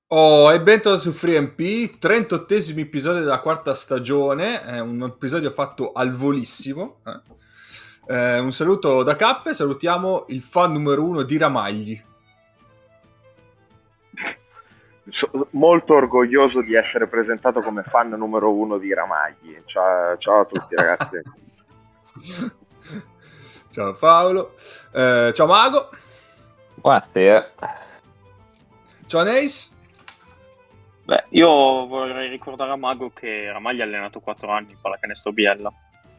Oh, e bentornato su FreeMP, 38esimo episodio della quarta stagione, è un episodio fatto al volissimo. Un saluto da Cappe, salutiamo il fan numero uno di Ramagli. Molto orgoglioso di essere presentato come fan numero uno di Ramagli. Ciao a tutti ragazzi. Ciao Paolo, ciao Mago. Buonasera. Ciao Neis. Beh, io vorrei ricordare a Mago che Ramagli ha allenato 4 anni in pallacanestro Biella.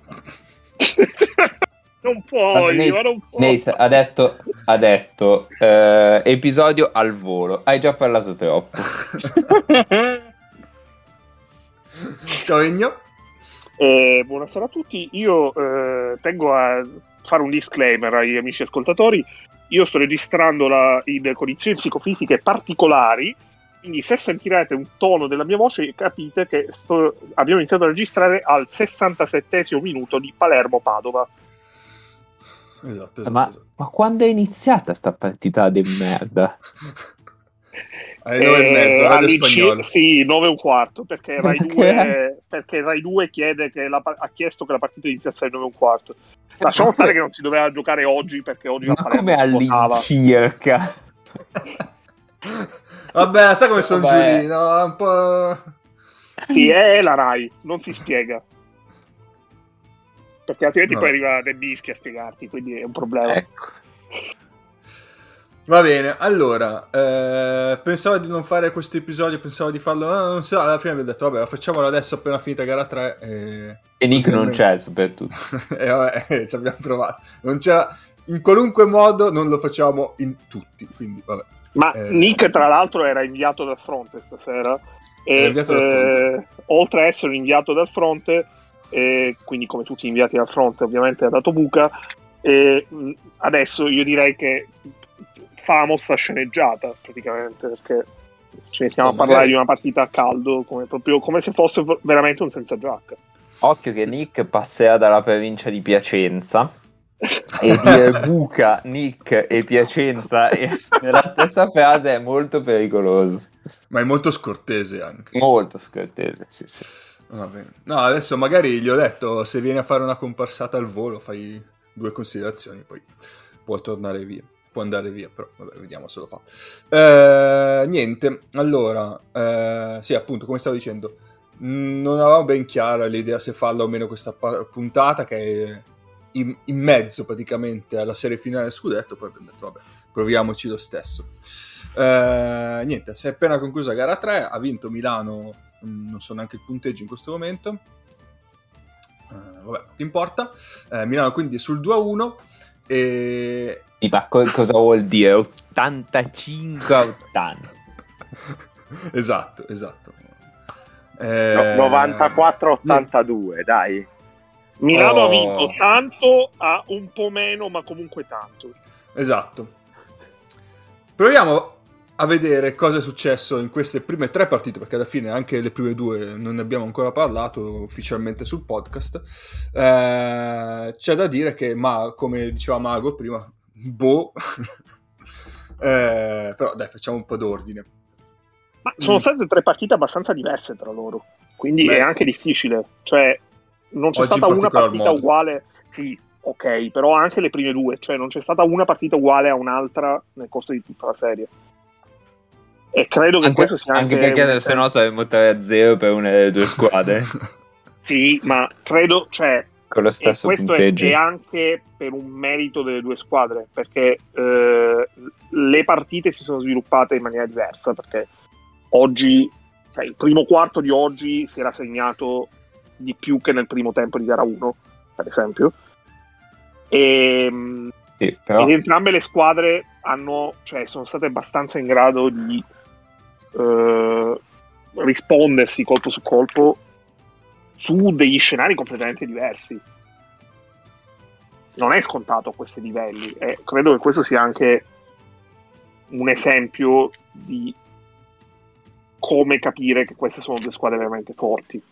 Non puoi, ma non puoi. Neis ha detto episodio al volo. Hai già parlato troppo. Ciao Egno. Buonasera a tutti. Io tengo a fare un disclaimer agli amici ascoltatori. Io sto registrando in condizioni psicofisiche particolari, quindi se sentirete un tono della mia voce capite che abbiamo iniziato a registrare al 67esimo minuto di Palermo-Padova. Esatto. Ma quando è iniziata sta partita di merda? Alle 9:30, orario spagnolo. Sì, 9:15, perché Rai 2 ha chiesto che la partita iniziasse alle 9:15. Lasciamo stare che non si doveva giocare oggi, perché oggi la Palermo come si votava. all'incirca? Vabbè, sai come sono Giulì, no? Un po'... Sì, è la Rai, non si spiega. Perché altrimenti poi arriva De Bischi a spiegarti, quindi è un problema. Ecco. Va bene, allora, pensavo di non fare questo episodio, pensavo di farlo, non so, alla fine abbiamo detto, vabbè, facciamolo adesso appena finita gara 3. E Nick non c'è, soprattutto. E vabbè, ci abbiamo provato. Non c'era, in qualunque modo non lo facciamo in tutti, quindi vabbè. Ma Nick, tra l'altro, era inviato dal fronte stasera. Oltre a essere inviato dal fronte, quindi come tutti inviati dal fronte, ovviamente ha dato buca. Adesso io direi che famo sta sceneggiata praticamente, perché ci mettiamo a parlare di una partita a caldo come se fosse veramente un senza giacca. Occhio che Nick passerà dalla provincia di Piacenza e dire buca, Nick e Piacenza nella stessa frase è molto pericoloso. Ma è molto scortese anche. Molto scortese, sì. Va bene. No, adesso magari gli ho detto, se vieni a fare una comparsata al volo fai 2 considerazioni, poi può tornare via. Può andare via, però vabbè, vediamo se lo fa. Niente, allora, sì, appunto, come stavo dicendo, non avevamo ben chiara l'idea se farla o meno questa puntata, che è in mezzo praticamente alla serie finale del scudetto, poi abbiamo detto, vabbè, proviamoci lo stesso. Niente, si è appena conclusa gara 3, ha vinto Milano, non so neanche il punteggio in questo momento, vabbè, non importa. Milano quindi è sul 2-1 e... Ma cosa vuol dire? 85-80. Esatto. 94-82, dai. Milano ha vinto tanto, a un po' meno, ma comunque tanto. Esatto. Proviamo a vedere cosa è successo in queste prime 3 partite, perché alla fine anche le prime 2 non ne abbiamo ancora parlato ufficialmente sul podcast. C'è da dire che, come diceva Mago prima, però dai, facciamo un po' d'ordine. Ma sono state 3 partite abbastanza diverse tra loro, quindi è anche difficile, cioè non c'è stata una partita uguale, sì, ok, però anche le prime 2, cioè non c'è stata una partita uguale a un'altra nel corso di tutta la serie. E credo che questo sia anche perché se no saremmo 3-0 per una delle 2 squadre. Sì, ma credo, cioè, con lo stesso punteggio. È anche per un merito delle 2 squadre, perché le partite si sono sviluppate in maniera diversa, perché oggi, cioè il primo quarto di oggi si era segnato di più che nel primo tempo di gara 1, per esempio. Ed entrambe le squadre sono state abbastanza in grado di rispondersi colpo su colpo su degli scenari completamente diversi. Non è scontato a questi livelli, e credo che questo sia anche un esempio di come capire che queste sono 2 squadre veramente forti.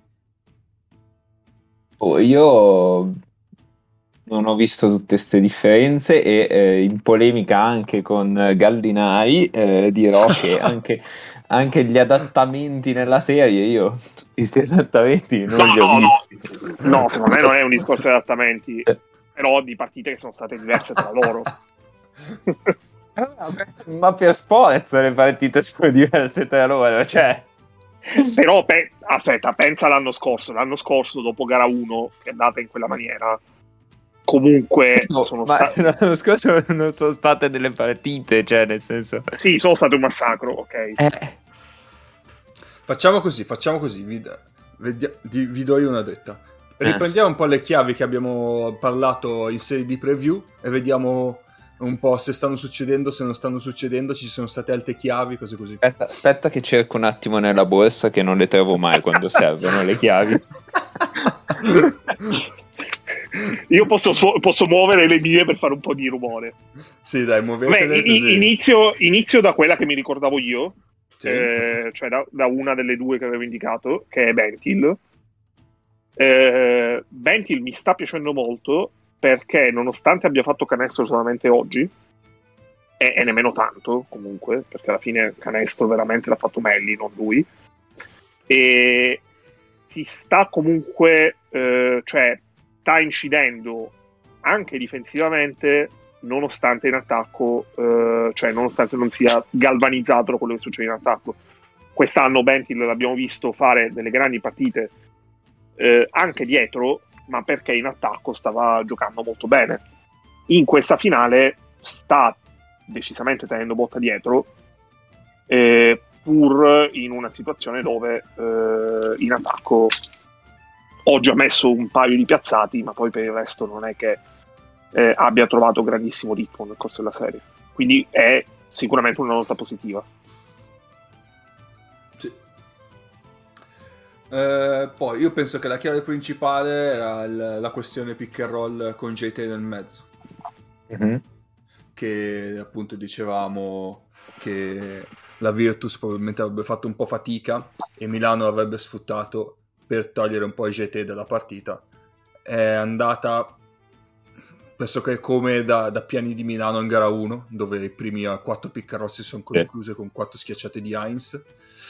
Io non ho visto tutte queste differenze e in polemica anche con Gallinari dirò che anche gli adattamenti nella serie, io tutti questi adattamenti non li ho visti. No, secondo me non è un discorso di adattamenti, però di partite che sono state diverse tra loro. Ma per forza le partite sono diverse tra loro, cioè. Però aspetta, pensa l'anno scorso, dopo gara 1 che è andata in quella maniera, comunque l'anno scorso non sono state delle partite, cioè nel senso, sì, sono state un massacro, ok. Facciamo così, vi do io una dritta. Riprendiamo un po' le chiavi che abbiamo parlato in serie di preview e vediamo un po' se stanno succedendo, se non stanno succedendo, ci sono state altre chiavi, cose così. Aspetta che cerco un attimo nella borsa, che non le trovo mai quando servono le chiavi. Io posso muovere le mie per fare un po' di rumore. Sì, dai, muovetele. Inizio da quella che mi ricordavo io, sì. Cioè da una delle due che avevo indicato, che è Bentil. Bentil mi sta piacendo molto, perché nonostante abbia fatto canestro solamente oggi, e nemmeno tanto comunque, perché alla fine canestro veramente l'ha fatto Melli, non lui, e si sta comunque, cioè sta incidendo anche difensivamente, nonostante in attacco, cioè nonostante non sia galvanizzato da quello che succede in attacco. Quest'anno Bentil l'abbiamo visto fare delle grandi partite anche dietro, ma perché in attacco stava giocando molto bene. In questa finale sta decisamente tenendo botta dietro, pur in una situazione dove in attacco oggi ha messo un paio di piazzati, ma poi per il resto non è che abbia trovato grandissimo ritmo nel corso della serie. Quindi è sicuramente una nota positiva. Poi io penso che la chiave principale era la questione pick and roll con JT nel mezzo, che appunto dicevamo che la Virtus probabilmente avrebbe fatto un po' fatica e Milano avrebbe sfruttato per togliere un po' i JT dalla partita. È andata pressoché come da piani di Milano in gara 1, dove i primi 4 pick and roll si sono concluse con 4 schiacciate di Heinz.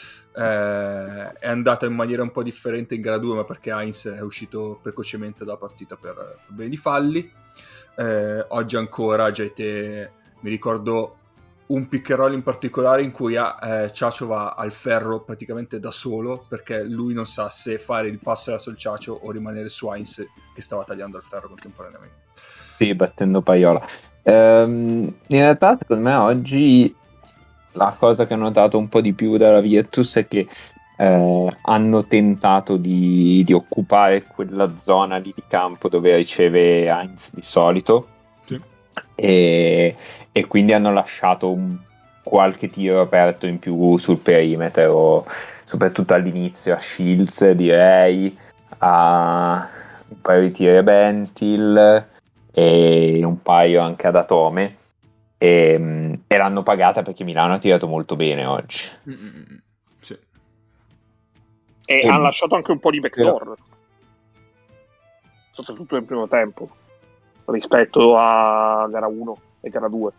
È andata in maniera un po' differente in gara 2, ma perché Heinz è uscito precocemente dalla partita per problemi di falli. Oggi ancora JT, mi ricordo un pick and roll in particolare in cui Ciacio va al ferro praticamente da solo, perché lui non sa se fare il passo verso il Ciacio o rimanere su Heinz che stava tagliando il ferro contemporaneamente. Sì, battendo Paiola. In realtà secondo me oggi la cosa che ho notato un po' di più dalla Virtus è che hanno tentato di occupare quella zona lì di campo dove riceve Heinz di solito, sì. e quindi hanno lasciato qualche tiro aperto in più sul perimetro, soprattutto all'inizio a Shields, direi, a un paio di tiri a Bentil e un paio anche ad Atome. E l'hanno pagata perché Milano ha tirato molto bene oggi. Sì. E sì, hanno lasciato anche un po' di backdoor, soprattutto nel primo tempo, rispetto a gara 1 e gara 2.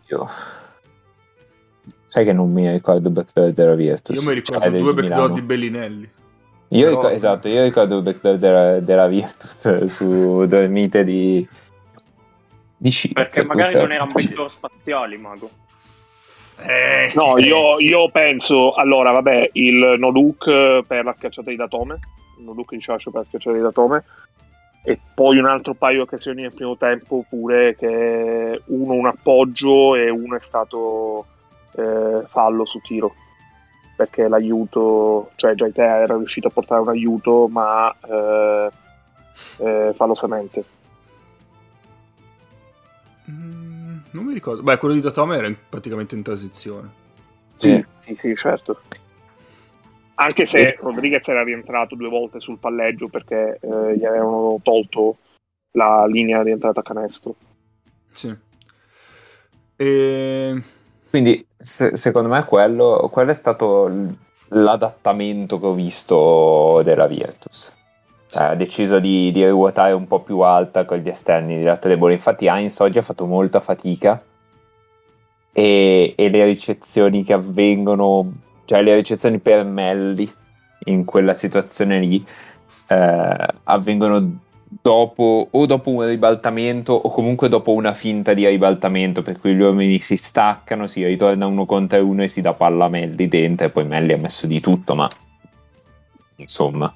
Sai che non mi ricordo il backdoor della Virtus. Io mi ricordo 2 backdoor di Bellinelli. Esatto, io ricordo il backdoor della Virtus su dormite di Shields, perché magari non erano backdoor spaziali, Mago. No, io penso, allora vabbè, il no look per la schiacciata di Datome, il no look di Ciacio per la schiacciata di Datome, e poi un altro paio di occasioni nel primo tempo pure, che uno un appoggio e uno è stato fallo su tiro, perché l'aiuto, cioè già te era riuscito a portare un aiuto, ma fallosamente. Non mi ricordo. Beh, quello di Datome era praticamente in transizione. Sì, certo. Anche se Rodriguez era rientrato 2 volte sul palleggio perché gli avevano tolto la linea di entrata a canestro. Sì. Quindi secondo me quello è stato l'adattamento che ho visto della Virtus. Ha deciso di ruotare un po' più alta con gli esterni di lato debole. Infatti Heinz oggi ha fatto molta fatica e le ricezioni che avvengono cioè le ricezioni per Melli in quella situazione lì avvengono dopo un ribaltamento o comunque dopo una finta di ribaltamento, per cui gli uomini si staccano, si ritorna uno contro uno e si dà palla a Melli dentro, e poi Melli ha messo di tutto, ma insomma,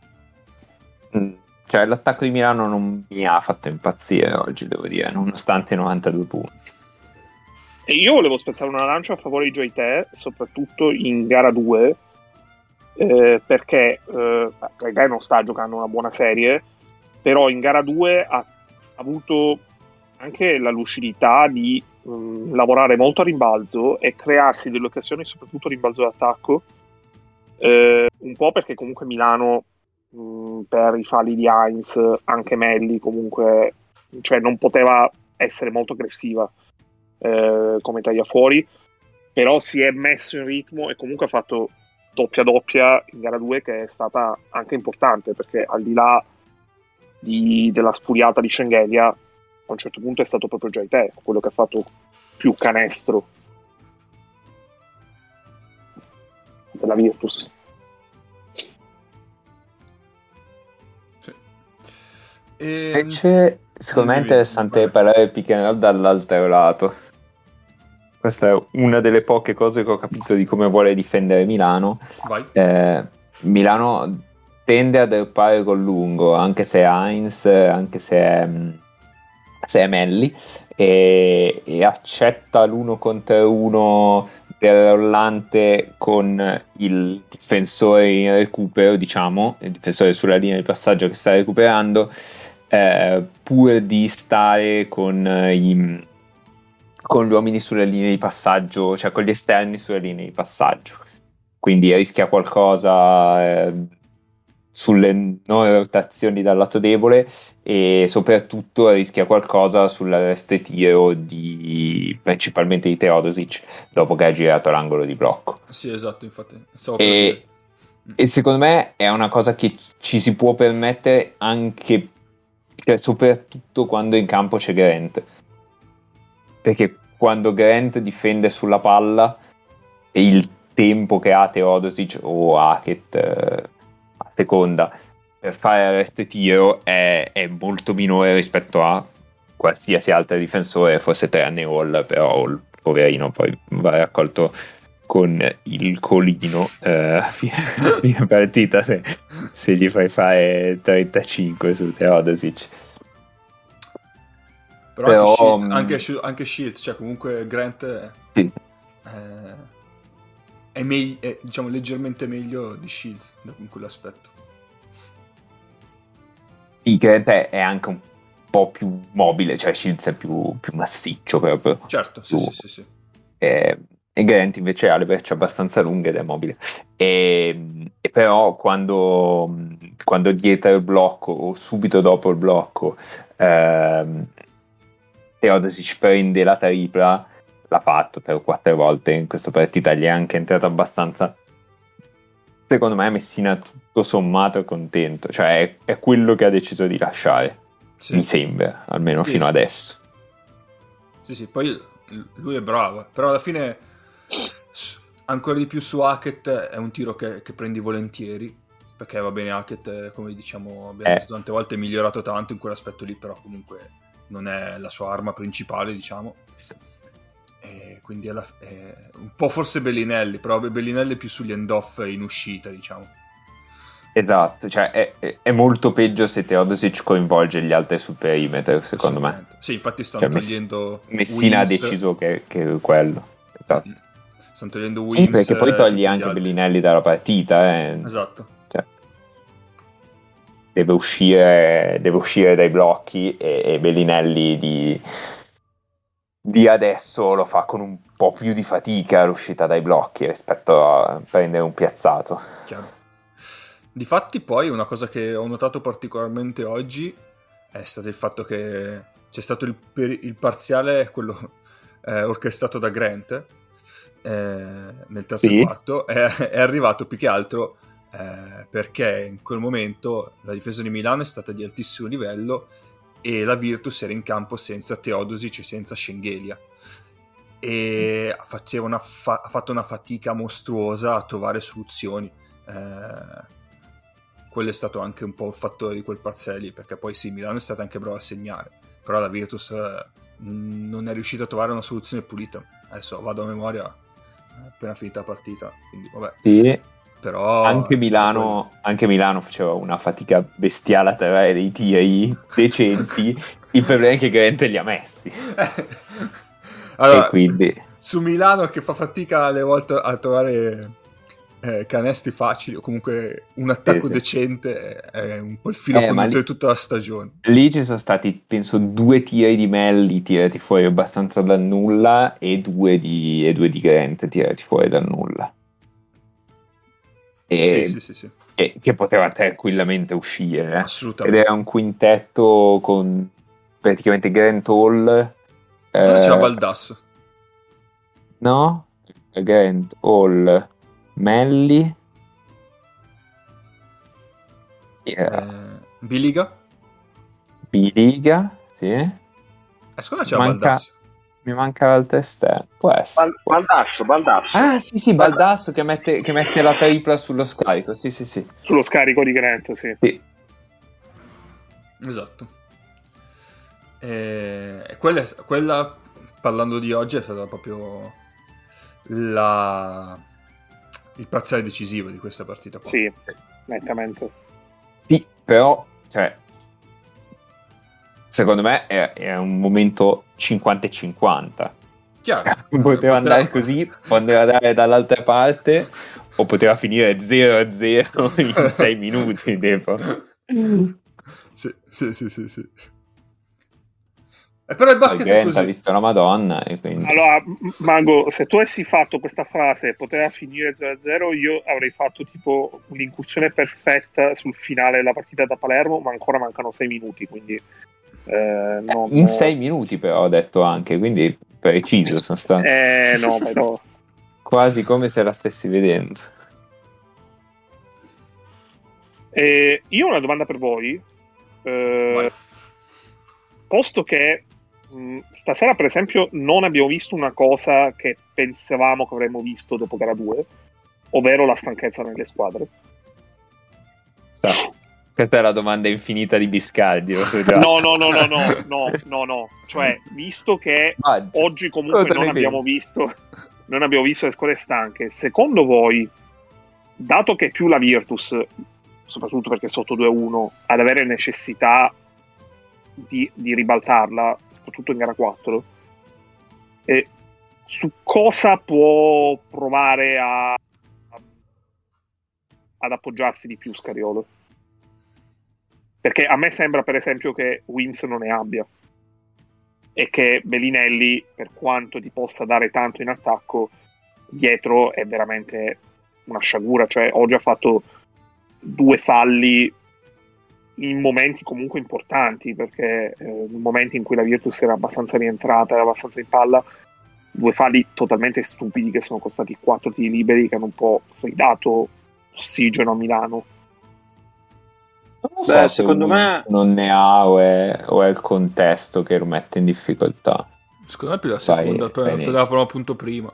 cioè l'attacco di Milano non mi ha fatto impazzire oggi, devo dire, nonostante i 92 punti. E io volevo spezzare una lancia a favore di Joyte, soprattutto in gara 2, perché Joyte non sta giocando una buona serie, però in gara 2 ha avuto anche la lucidità di lavorare molto a rimbalzo e crearsi delle occasioni, soprattutto a rimbalzo d'attacco, un po' perché comunque Milano, per i falli di Heinz, anche Melli comunque, cioè non poteva essere molto aggressiva come taglia fuori, però si è messo in ritmo e comunque ha fatto doppia in gara 2, che è stata anche importante, perché al di là della sfuriata di Schengelia, a un certo punto è stato proprio Joyte quello che ha fatto più canestro della Virtus. Invece secondo me è interessante parlare pick and roll dall'altro lato. Questa è una delle poche cose che ho capito di come vuole difendere Milano. Milano tende a droppare col lungo, anche se è Heinz, anche se è Melli, e accetta l'1 contro 1 del rollante con il difensore in recupero, diciamo, il difensore sulla linea di passaggio che sta recuperando, pur di stare con gli uomini sulle linee di passaggio, cioè con gli esterni sulle linee di passaggio. Quindi rischia qualcosa sulle non rotazioni dal lato debole, e soprattutto rischia qualcosa sull'arresto e tiro principalmente di Teodosic, dopo che ha girato l'angolo di blocco. Sì, esatto, infatti. E secondo me è una cosa che ci si può permettere anche, soprattutto quando in campo c'è Grant, perché quando Grant difende sulla palla, e il tempo che ha Teodosic o Hackett a seconda per fare arresto e tiro è molto minore rispetto a qualsiasi altro difensore, forse tranne Hall, però Hall, poverino, poi va raccolto con il colino fine partita se gli fai fare 35 su Teodosic. Però anche Shields, cioè comunque Grant sì, è diciamo leggermente meglio di Shields in quell'aspetto. Il Grant è anche un po' più mobile, cioè Shields è più massiccio proprio. Certo, sì. E Grant invece ha le braccia abbastanza lunghe ed è mobile. E però quando dietro il blocco o subito dopo il blocco Teodosic prende la tripla, l'ha fatto 3 o 4 volte in questa partita, gli è anche entrato abbastanza. Secondo me Messina tutto sommato è contento, cioè è quello che ha deciso di lasciare, mi sembra, almeno fino adesso. Sì, poi lui è bravo, però alla fine ancora di più su Hackett è un tiro che prendi volentieri, perché va bene, Hackett, come diciamo abbiamo detto tante volte, è migliorato tanto in quell'aspetto lì, però comunque non è la sua arma principale, diciamo. Sì. E quindi è un po' forse Bellinelli, però Bellinelli più sugli end-off in uscita, diciamo. Esatto, cioè è molto peggio se Teodosic coinvolge gli altri sul perimetro, secondo me. Sì, infatti stanno togliendo Messina Wings. Ha deciso che è quello. Esatto. Stanno togliendo Wings. Sì, perché poi togli anche Bellinelli dalla partita. Esatto. Cioè, deve uscire dai blocchi, e Bellinelli di adesso lo fa con un po' più di fatica l'uscita dai blocchi rispetto a prendere un piazzato. Chiaro. Difatti poi una cosa che ho notato particolarmente oggi è stato il fatto che c'è stato il parziale, quello orchestrato da Grant nel terzo quarto, è arrivato più che altro perché in quel momento la difesa di Milano è stata di altissimo livello e la Virtus era in campo senza Teodosic e senza Schengelia, e ha fatto una fatica mostruosa a trovare soluzioni. Quello è stato anche un po' il fattore di quel parziale lì, perché poi sì, Milano è stata anche brava a segnare, però la Virtus non è riuscita a trovare una soluzione pulita. Adesso vado a memoria, appena finita la partita, quindi vabbè. Sì. Però anche Milano faceva una fatica bestiale a trovare dei tiri decenti. Il problema è che Grant li ha messi. Allora, e quindi su Milano che fa fatica alle volte a trovare canestri facili o comunque un attacco decente, è un po' il filo conduttore di tutta la stagione. Lì ci sono stati, penso, 2 tiri di Melli tirati fuori abbastanza dal nulla e due di Grant tirati fuori dal nulla. Sì. E che poteva tranquillamente uscire. Assolutamente. Ed era un quintetto con praticamente Grant Hall. Forse c'era Baldasso. No? Grant Hall, Melli, Biliga, sì. Secondo me c'era Baldasso. Mi manca il test. Può essere. Baldasso. Ah, sì, Baldasso che mette la tripla sullo scarico. Sì. Sullo scarico di Grant, sì. Esatto. Quella, parlando di oggi, è stata proprio il parziale decisivo di questa partita qua. Sì, nettamente. Sì, però, cioè, secondo me è un momento 50-50. Chiaro. Poteva andare così, poteva andare dall'altra parte, o poteva finire 0-0 in 6 minuti. Sì. Però il basket è così. Ha visto la Madonna e quindi... Allora, Mago, se tu avessi fatto questa frase poteva finire 0-0, io avrei fatto tipo un'incursione perfetta sul finale della partita da Palermo, ma ancora mancano 6 minuti, quindi in 6 minuti però ho detto anche, quindi preciso sono stato. No, però quasi come se la stessi vedendo. Io ho una domanda per voi. Posto che stasera per esempio non abbiamo visto una cosa che pensavamo che avremmo visto dopo gara 2, ovvero la stanchezza nelle squadre. Questa è la domanda infinita di Biscardi. No. Cioè, visto che oggi comunque non abbiamo visto le squadre stanche, secondo voi, dato che più la Virtus, soprattutto perché è sotto 2-1, ad avere necessità di ribaltarla, soprattutto in gara 4, su cosa può provare ad appoggiarsi di più Scariolo? Perché a me sembra per esempio che Wims non ne abbia e che Bellinelli, per quanto ti possa dare tanto in attacco, dietro è veramente una sciagura. Cioè oggi ha fatto 2 falli in momenti comunque importanti, perché in momenti in cui la Virtus era abbastanza rientrata, era abbastanza in palla, 2 falli totalmente stupidi che sono costati 4 tiri liberi, che hanno un po' ridato ossigeno a Milano. Non so, secondo me non ne ha o è il contesto che lo mette in difficoltà. Secondo me più la seconda, per appunto prima.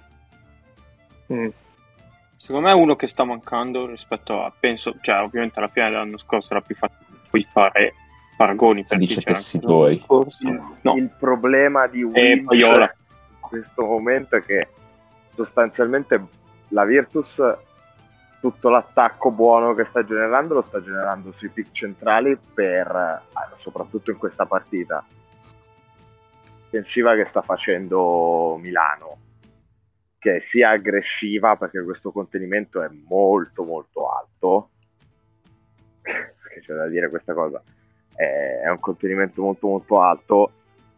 Secondo me è uno che sta mancando rispetto a, penso, cioè ovviamente alla fine dell'anno scorso era più facile puoi fare paragoni per dice Tessitori. No. Il problema di Wims in questo momento è che sostanzialmente la Virtus tutto l'attacco buono che sta generando lo sta generando sui pick centrali per soprattutto in questa partita difensiva che sta facendo Milano, che è sia aggressiva perché questo contenimento è molto molto alto, perché c'è da dire questa cosa, è un contenimento molto molto alto,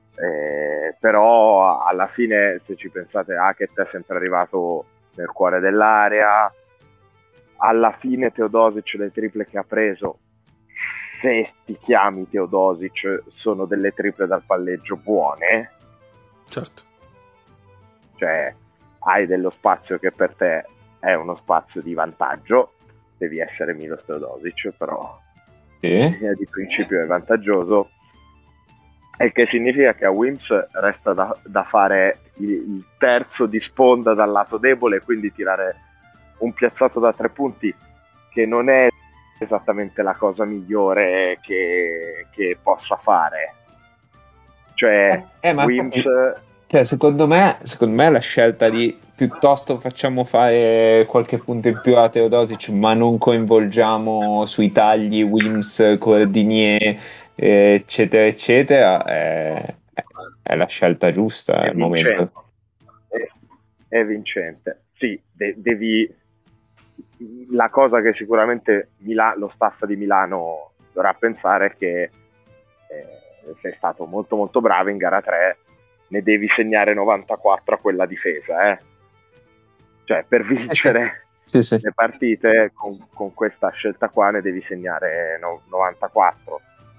però alla fine se ci pensate Hackett è sempre arrivato nel cuore dell'area, alla fine Teodosic le triple che ha preso, se ti chiami Teodosic, sono delle triple dal palleggio buone, certo, cioè hai dello spazio che per te è uno spazio di vantaggio, devi essere Milos Teodosic, però di principio è vantaggioso, il che significa che a Wims resta da fare il terzo di sponda dal lato debole, quindi tirare un piazzato da 3 punti, che non è esattamente la cosa migliore che possa fare. Cioè, Wims... Cioè, secondo me la scelta di piuttosto facciamo fare qualche punto in più a Teodosic, ma non coinvolgiamo sui tagli Wims, Cordinier, eccetera, eccetera, è la scelta giusta al momento. È vincente. Sì, devi... La cosa che sicuramente lo staff di Milano dovrà pensare è che sei stato molto molto bravo in gara 3, ne devi segnare 94 a quella difesa, cioè per vincere sì. le partite con questa scelta qua ne devi segnare 94,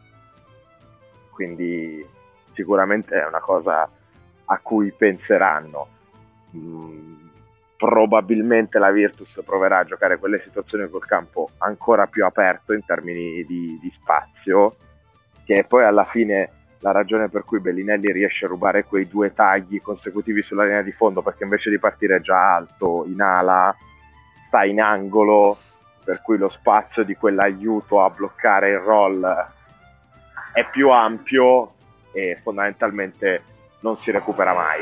quindi sicuramente è una cosa a cui penseranno. Probabilmente la Virtus proverà a giocare quelle situazioni col campo ancora più aperto in termini di spazio, che è poi alla fine la ragione per cui Bellinelli riesce a rubare quei 2 tagli consecutivi sulla linea di fondo, perché invece di partire già alto in ala sta in angolo, per cui lo spazio di quell'aiuto a bloccare il roll è più ampio e fondamentalmente non si recupera mai.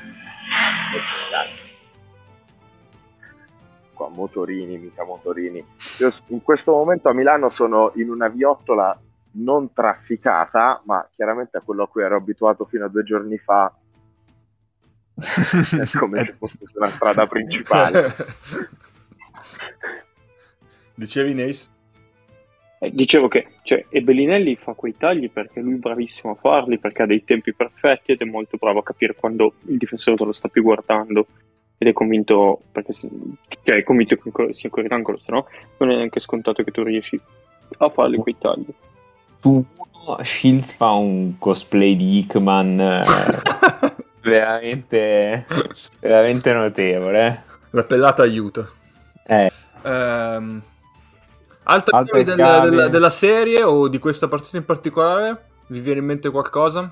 Qua mica motorini. Io in questo momento a Milano sono in una viottola non trafficata, ma chiaramente a quello a cui ero abituato fino a 2 giorni fa, è come se fosse una strada principale. Dicevi, Neis? Dicevo che e Bellinelli fa quei tagli perché lui è bravissimo a farli, perché ha dei tempi perfetti ed è molto bravo a capire quando il difensore te lo sta più guardando, ed è convinto, perché è convinto che sia ancora in angolo, se no non è neanche scontato che tu riesci a farli quei tagli. Su uno Shields fa un cosplay di Hickman veramente notevole. La pellata aiuta. Altre chiavi della serie o di questa partita in particolare? Vi viene in mente qualcosa?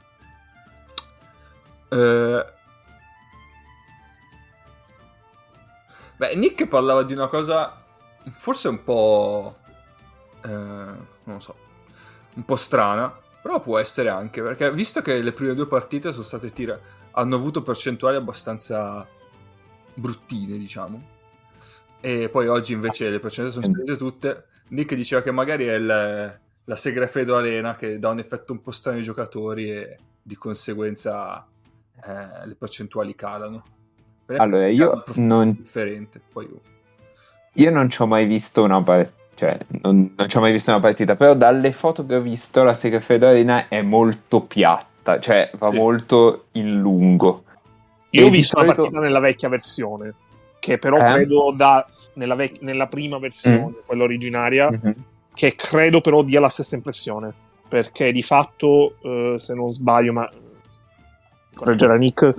Nick parlava di una cosa forse un po' non so, un po' strana, però può essere anche, perché visto che le prime 2 partite sono state hanno avuto percentuali abbastanza bruttine, diciamo, e poi oggi invece le percentuali sono state tutte, Nick diceva che magari è la Segafredo Arena che dà un effetto un po' strano ai giocatori e di conseguenza le percentuali calano. Allora io non differente. Poi io non ci ho mai visto una partita, cioè non ci ho mai visto una partita, però dalle foto che ho visto la Segafredo Arena è molto piatta, cioè va molto in lungo. Io ho visto la partita nella vecchia versione, che però credo nella prima versione, quella originaria, che credo però dia la stessa impressione, perché di fatto, se non sbaglio, ma correggerà Nick,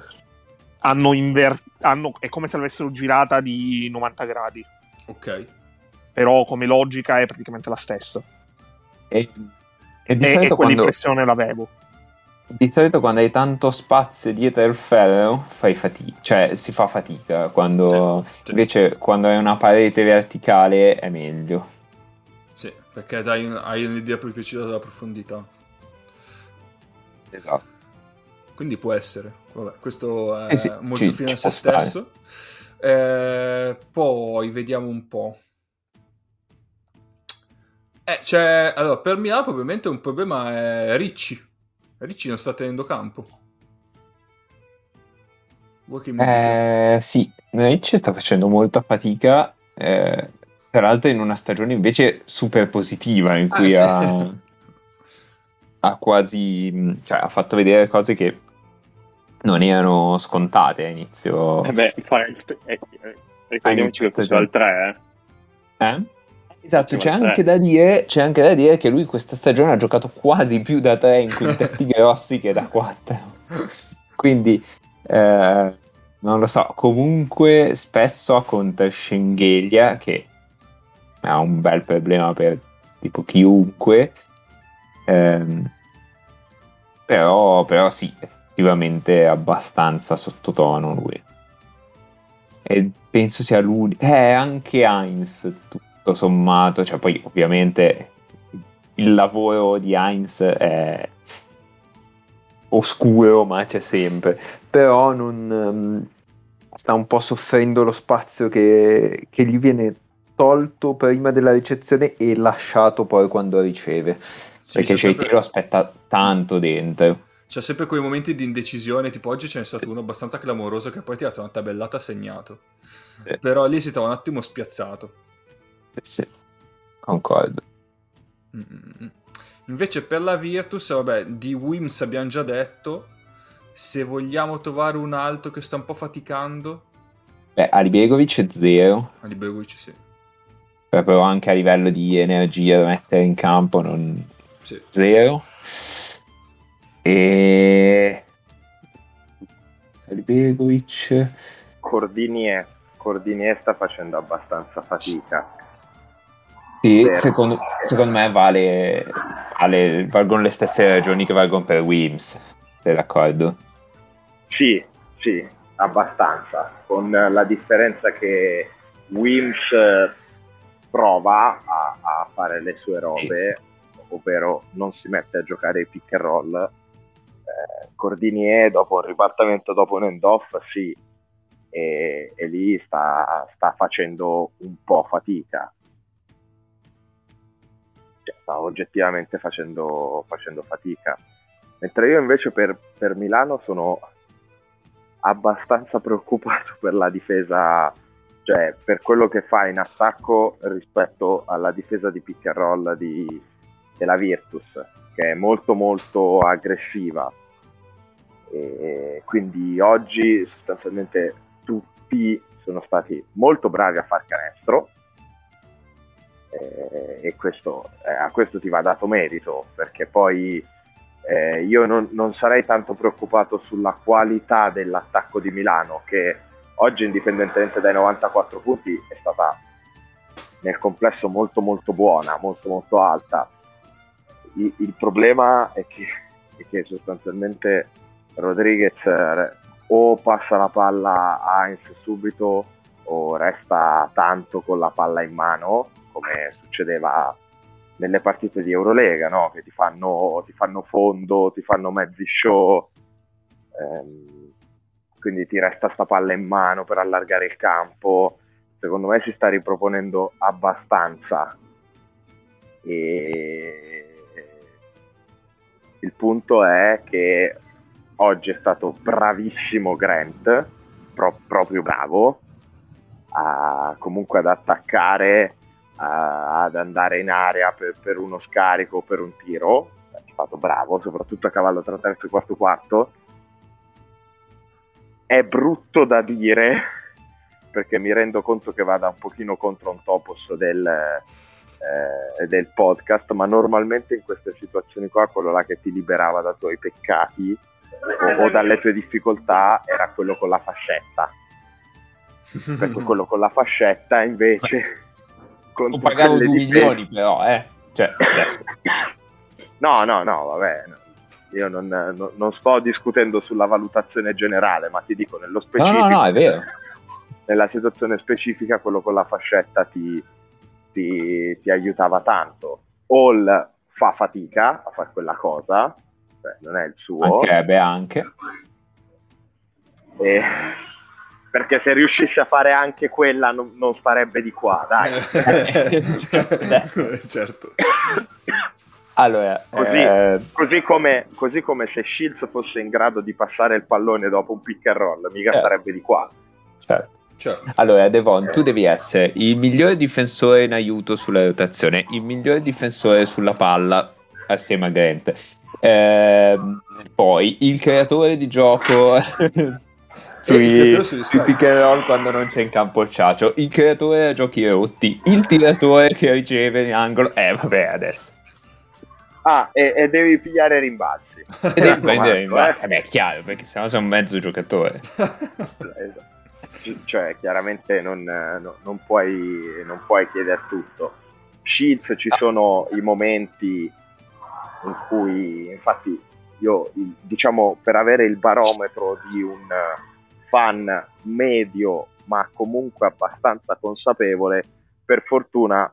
è come se l'avessero girata di 90 gradi. Ok. Però come logica è praticamente la stessa. E quell'impressione l'avevo. Di solito quando hai tanto spazio dietro il ferro fai fatica, cioè si fa fatica, quando invece quando hai una parete verticale è meglio. Sì, perché hai un'idea più precisa della profondità. Esatto. Quindi può essere. Vabbè, questo è molto fine a se stesso. Poi vediamo un po'. Allora, per Milano probabilmente un problema è Ricci. Ricci non sta tenendo campo. Vuoi che mi dica? Sì, Ricci sta facendo molta fatica, tra l'altro in una stagione invece super positiva in cui ha quasi, cioè, ha fatto vedere cose che non erano scontate a inizio. Ricordiamoci che questo è il 3. Esatto, c'è anche da dire che lui questa stagione ha giocato quasi più da 3 in quintetti grossi che da 4. Quindi non lo so, comunque spesso contro Schengelia, che ha un bel problema per tipo chiunque, Però sì, effettivamente è abbastanza sottotono lui. E penso sia l'unico. Anche Heinz, tutto sommato. Cioè, poi ovviamente il lavoro di Heinz è oscuro, ma c'è sempre. Però non sta un po' soffrendo lo spazio che gli viene tolto prima della ricezione e lasciato poi quando riceve. Sì, Perché c'è sempre- Ceitiero aspetta tanto dentro. C'è sempre quei momenti di indecisione, tipo oggi ce n'è stato uno abbastanza clamoroso che poi ha tirato una tabellata segnato. Sì. Però lì si trova un attimo spiazzato. Sì, concordo. Mm. Invece per la Virtus, vabbè, di Wims abbiamo già detto. Se vogliamo trovare un altro che sta un po' faticando, Alibegovic è 0, a Liberucci sì. però anche a livello di energia da mettere in campo non Sì. 0. E Alibegovic, Cordinier sta facendo abbastanza fatica. sì, Vero. secondo me valgono le stesse ragioni che valgono per Wims, sei d'accordo? Sì, abbastanza, con la differenza che Wims prova a fare le sue robe, ovvero non si mette a giocare i pick and roll. Cordinier dopo un ribaltamento, dopo un end-off, sì, e lì sta facendo un po' fatica. Cioè, sta oggettivamente facendo fatica. Mentre io invece per Milano sono abbastanza preoccupato per la difesa, cioè per quello che fa in attacco rispetto alla difesa di pick and roll della Virtus, che è molto molto aggressiva. E quindi oggi sostanzialmente tutti sono stati molto bravi a far canestro, e questo, a questo ti va dato merito, perché poi io non sarei tanto preoccupato sulla qualità dell'attacco di Milano, che oggi, indipendentemente dai 94 punti, è stata nel complesso molto molto buona, molto molto alta. Il problema è che sostanzialmente Rodriguez o passa la palla a Heinz subito o resta tanto con la palla in mano, come succedeva nelle partite di Eurolega, no? Che ti fanno fondo, ti fanno mezzi show, quindi ti resta sta palla in mano per allargare il campo. Secondo me si sta riproponendo abbastanza, e il punto è che oggi è stato bravissimo Grant, proprio bravo, comunque ad attaccare, ad andare in area per uno scarico o per un tiro. È stato bravo, soprattutto a cavallo tra terzo e quarto. È brutto da dire, perché mi rendo conto che vada un pochino contro un topos del podcast, ma normalmente in queste situazioni qua quello là che ti liberava dai tuoi peccati o dalle tue difficoltà era quello con la fascetta, perché quello con la fascetta invece ho pagato 2 milioni però cioè adesso. no vabbè, io non sto discutendo sulla valutazione generale, ma ti dico nello specifico, no è vero, nella situazione specifica quello con la fascetta ti aiutava tanto. Hall fa fatica a fare quella cosa, cioè non è il suo, anche. Perché se riuscisse a fare anche quella non starebbe di qua, dai. Certo. Allora, così come se Shields fosse in grado di passare il pallone dopo un pick and roll, mica starebbe di qua. Certo. Certo. Allora, Devon, tu devi essere il migliore difensore in aiuto sulla rotazione, il migliore difensore sulla palla assieme a Grant, poi il creatore di gioco sui pick and roll quando non c'è in campo il ciacio, il creatore da giochi rotti, il tiratore che riceve in angolo, vabbè adesso. E devi pigliare rimbalzi. E devi prendere rimbalzi. È chiaro, perché sennò sei un mezzo giocatore. Esatto. Cioè, chiaramente non puoi chiedere tutto. Shields, ci sono i momenti in cui, infatti, io diciamo, per avere il barometro di un fan medio ma comunque abbastanza consapevole, per fortuna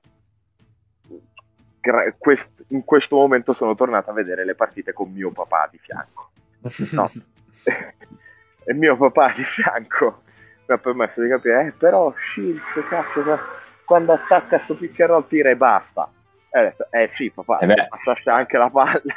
in questo momento sono tornato a vedere le partite con mio papà di fianco. No. E mio papà di fianco mi ha permesso di capire, però Shields, cazzo, quando attacca sto picchiarol tira e basta. E ho detto, sì papà, passasse anche la palla.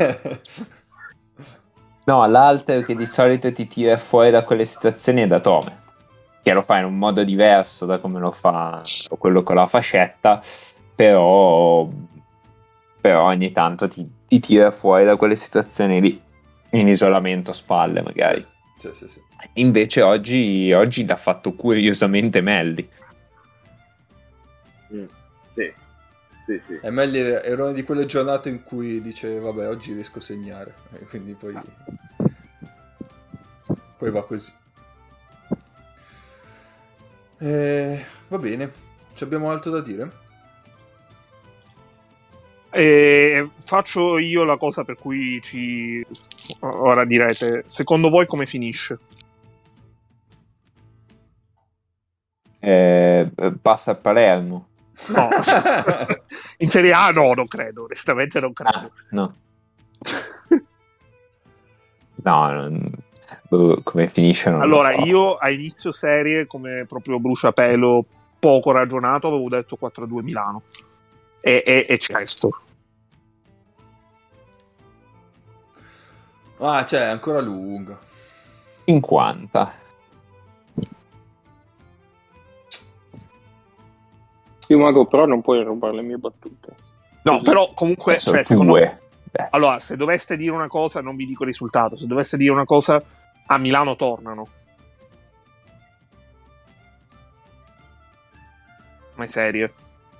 No, l'altro che di solito ti tira fuori da quelle situazioni è da Tome, che lo fa in un modo diverso da come lo fa quello con la fascetta, però ogni tanto ti tira fuori da quelle situazioni lì, in isolamento spalle magari. Sì. Invece oggi l'ha fatto curiosamente Melli. Sì. E Melli era una di quelle giornate in cui dice vabbè, oggi riesco a segnare, e quindi poi va così. Va bene, ci abbiamo altro da dire? Faccio io la cosa per cui ora direte, secondo voi come finisce? Passa a Palermo. No. In Serie A no, non credo, onestamente non credo. No. Come finisce? Allora, io a inizio serie, come proprio bruciapelo poco ragionato, avevo detto 4-2 Milano. E cesto. Cioè, è ancora lunga. 50. Io Mago, però non puoi rubare le mie battute. No, però comunque, cioè, secondo me, allora, se doveste dire una cosa, non vi dico il risultato. Se doveste dire una cosa, a Milano tornano. Come serie.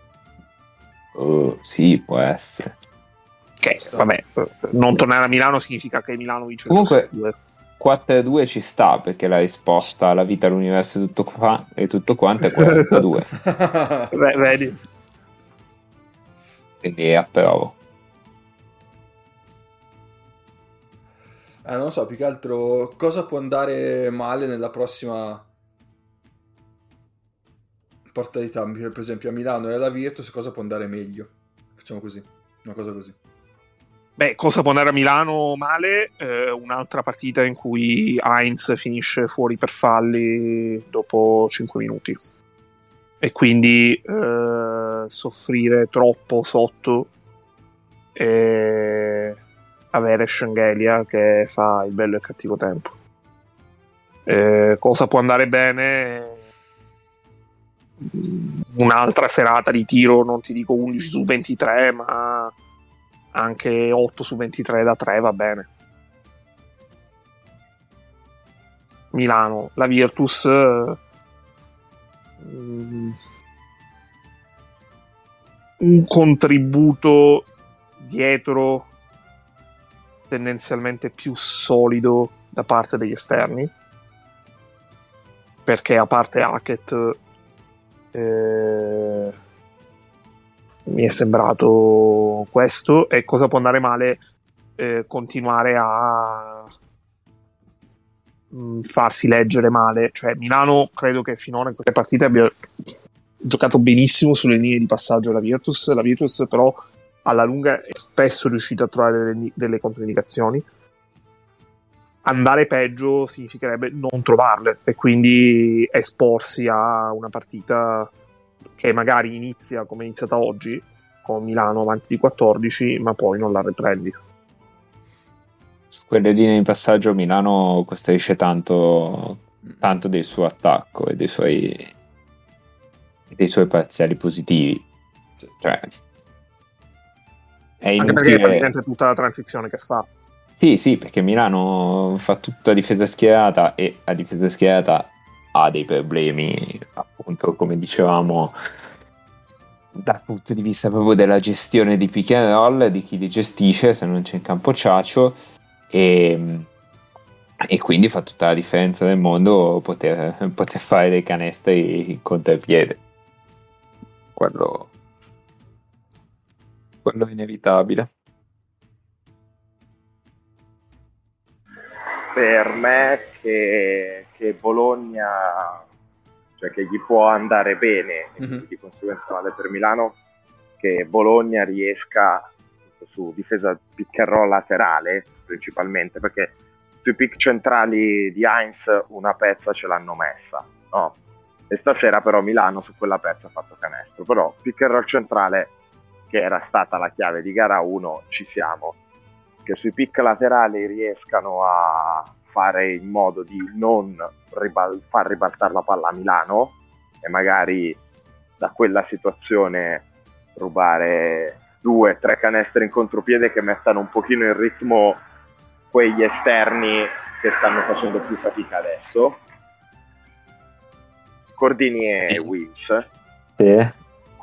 Sì, può essere. Che, vabbè, non tornare a Milano significa che Milano vince. Comunque 4-2 ci sta, perché la risposta alla vita, all'universo e tutto quanto è 42. Beh, vedi. Quindi approvo. Non lo so, più che altro cosa può andare male nella prossima partita, per esempio a Milano e alla Virtus, cosa può andare meglio? Facciamo così, una cosa così. Beh, cosa può andare a Milano male? Un'altra partita in cui Heinz finisce fuori per falli dopo 5 minuti e quindi soffrire troppo sotto e avere Schengelia che fa il bello e il cattivo tempo. Cosa può andare bene? Un'altra serata di tiro, non ti dico 11 su 23, ma anche 8 su 23 da 3 va bene. Milano, la Virtus un contributo dietro tendenzialmente più solido da parte degli esterni, perché a parte Hackett mi è sembrato questo. E cosa può andare male? Continuare a farsi leggere male. Cioè, Milano credo che finora in queste partite abbia giocato benissimo sulle linee di passaggio della Virtus. La Virtus però alla lunga è spesso riuscita a trovare delle controindicazioni. Andare peggio significherebbe non trovarle e quindi esporsi a una partita che magari inizia come è iniziata oggi, con Milano avanti di 14, ma poi non la riprendi. Su quelle linee di passaggio Milano costruisce tanto del suo attacco e dei suoi parziali positivi. Cioè, è anche perché è praticamente tutta la transizione che fa. Sì, perché Milano fa tutta a difesa schierata e a difesa schierata ha dei problemi, appunto, come dicevamo, dal punto di vista proprio della gestione di pick and roll, di chi li gestisce se non c'è in campo Ciaccio, e quindi fa tutta la differenza del mondo poter fare dei canestri in contropiede. Quello è inevitabile. per me che Bologna, cioè che gli può andare bene, e quindi di conseguenza vale per Milano, che Bologna riesca su difesa pick and roll laterale principalmente, perché sui pick centrali di Heinz una pezza ce l'hanno messa, no? E stasera però Milano su quella pezza ha fatto canestro, però pick and roll centrale, che era stata la chiave di gara 1, ci siamo. Che sui pick laterali riescano a fare in modo di non far ribaltare la palla a Milano e magari da quella situazione rubare 2-3 canestri in contropiede che mettano un pochino in ritmo quegli esterni che stanno facendo più fatica adesso, Cordini e Wills. Sì.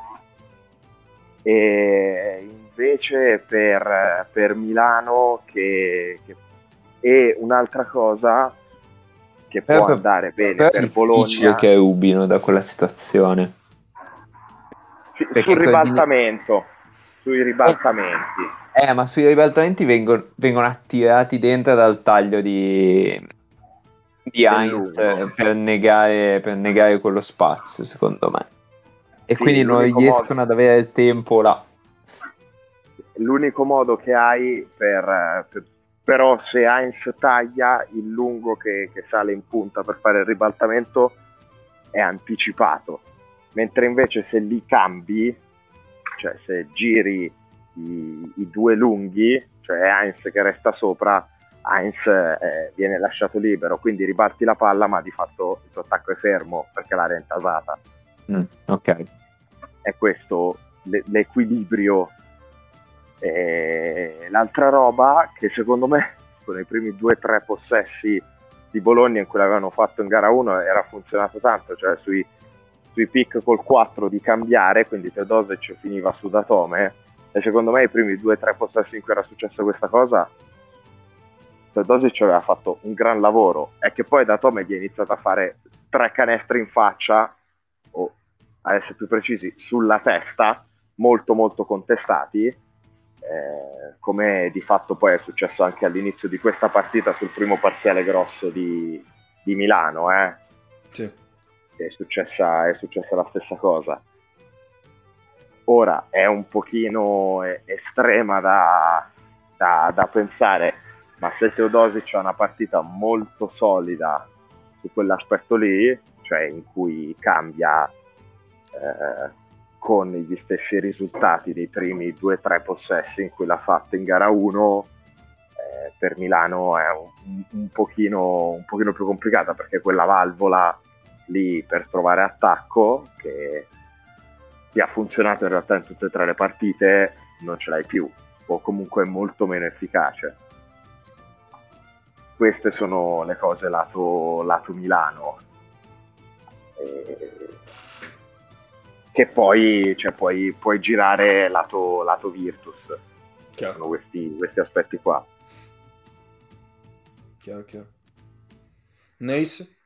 E invece per Milano che è un'altra cosa che può andare bene per Bologna, che rubino da quella situazione. Sul ribaltamento, sui ribaltamenti. Ma sui ribaltamenti vengono attirati dentro dal taglio di Heinz per negare quello spazio, secondo me. E sì, quindi non riescono ad avere il tempo là. L'unico modo che hai però se Heinz taglia, il lungo che sale in punta per fare il ribaltamento è anticipato, mentre invece se li cambi, cioè se giri i due lunghi, cioè Heinz che resta sopra, Heinz viene lasciato libero, quindi ribalti la palla ma di fatto il tuo attacco è fermo perché l'area è intasata. Ok. È questo l'equilibrio. L'altra roba che secondo me con i primi 2-3 possessi di Bologna in cui l'avevano fatto in gara 1 era funzionato tanto, cioè sui pick col 4 di cambiare, quindi Teodosic finiva su Datome, e secondo me i primi 2-3 possessi in cui era successa questa cosa Teodosic aveva fatto un gran lavoro, è che poi Datome gli è iniziato a fare 3 canestri in faccia, o a essere più precisi sulla testa, molto molto contestati, come di fatto poi è successo anche all'inizio di questa partita sul primo parziale grosso di Milano, Sì. È successa la stessa cosa. Ora è un pochino estrema da pensare, ma se Teodosic ha una partita molto solida su quell'aspetto lì, cioè in cui cambia con gli stessi risultati dei primi 2-3 possessi in cui l'ha fatto in gara 1, per Milano è un pochino più complicata, perché quella valvola lì per trovare attacco che ti ha funzionato in realtà in tutte e 3 le partite non ce l'hai più, o comunque è molto meno efficace. Queste sono le cose lato Milano, che poi cioè, puoi girare lato Virtus. Chiaro. Sono questi aspetti qua. Chiaro. Nace?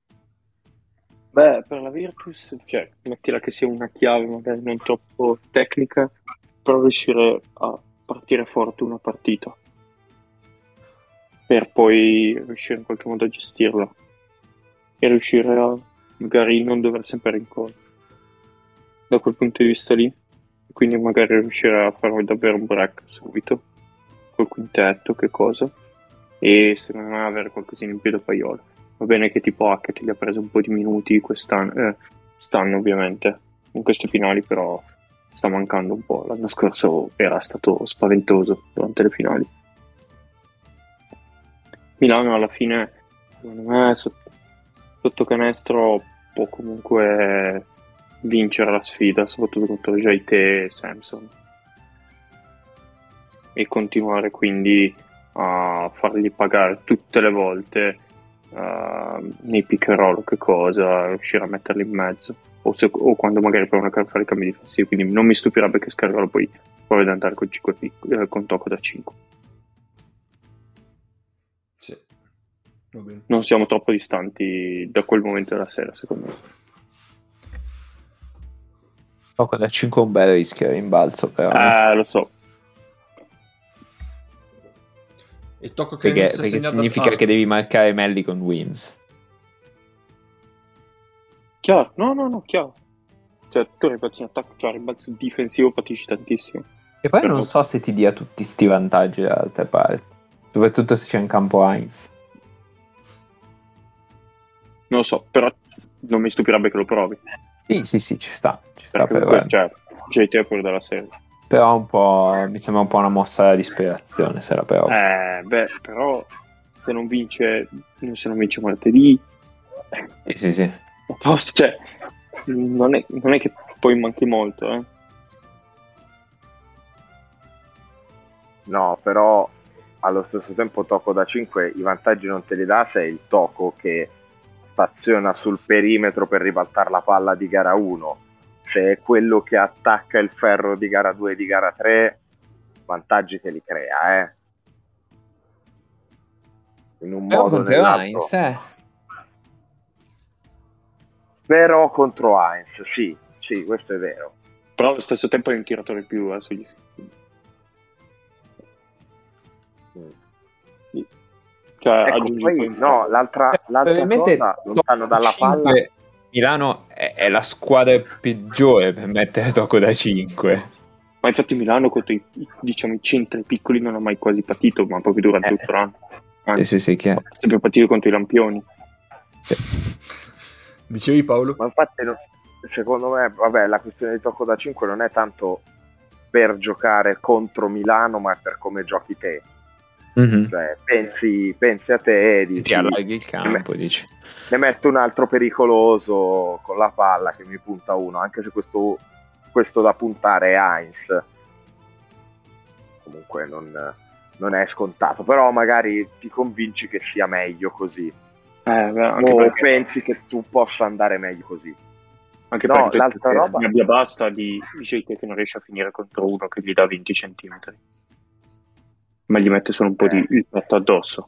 Beh, per la Virtus, cioè, mettila che sia una chiave magari non troppo tecnica, però riuscire a partire forte una partita per poi riuscire in qualche modo a gestirla e riuscire a magari non dover sempre rincorrere da quel punto di vista lì, quindi magari riuscire a fare davvero un break subito col quintetto, che cosa, e secondo me avere qualcosina in più da Paiolo. Va bene che tipo Hackett gli ha preso un po' di minuti quest'anno, ovviamente in queste finali, però sta mancando un po'. L'anno scorso era stato spaventoso durante le finali. Milano alla fine, secondo me, sotto canestro può comunque vincere la sfida, soprattutto contro Jaite e Samson, e continuare quindi a fargli pagare tutte le volte nei pick and roll, che cosa, riuscire a metterli in mezzo, o quando magari provano a fare i cambi difensivi. Quindi non mi stupirebbe che Scargalo poi provi ad andare con 5 con tocco da 5. Sì, va bene. Non siamo troppo distanti da quel momento della sera, secondo me. Tocco da 5 un bel rischio rimbalzo, però. Lo so. E tocco che perché significa che devi marcare Melli con Wims. Chiaro, no, chiaro. Cioè, tu ribalzi in attacco, cioè ribalzo difensivo, patisci tantissimo. E poi non so se ti dia tutti sti vantaggi da altre parti, soprattutto se c'è in campo Heinz. Non lo so, però non mi stupirebbe che lo provi. Sì, ci sta Perché per cioè, JT è fuori dalla serie. Però un po' mi sembra un po' una mossa da disperazione se la provo. Però se non vince martedì, Sì. cioè, non è che poi manchi molto, eh. No, però allo stesso tempo Tocco da 5 i vantaggi non te li dà se è il Tocco che staziona sul perimetro per ribaltare la palla di gara 1. Se è quello che attacca il ferro di gara 2 e di gara 3, vantaggi te li crea, in un modo o nell'altro. Heinz, Però contro Heinz, sì, questo è vero. Però allo stesso tempo è un tiratore più, cioè, ecco, poi, no, l'altra cosa, lontano dalla palla, Milano è la squadra peggiore per mettere Tocco da 5. Ma infatti Milano contro i centri piccoli non ha mai quasi patito, ma proprio durante tutto l'anno. Sì, che ha sempre patito contro i lampioni. Dicevi, Paolo? Ma infatti secondo me, vabbè, la questione di Tocco da 5 non è tanto per giocare contro Milano, ma per come giochi te. Mm-hmm. Cioè, pensi a te e dici, ti allarghi il campo, dici ne metto un altro pericoloso con la palla che mi punta uno, anche se questo da puntare è Heinz, comunque non è scontato, però magari ti convinci che sia meglio così, anche o perché pensi che tu possa andare meglio così. Anche no, perché l'altra roba ne abbia basta di JT che non riesce a finire contro uno che gli dà 20 centimetri, ma gli mette solo un po' di il petto addosso.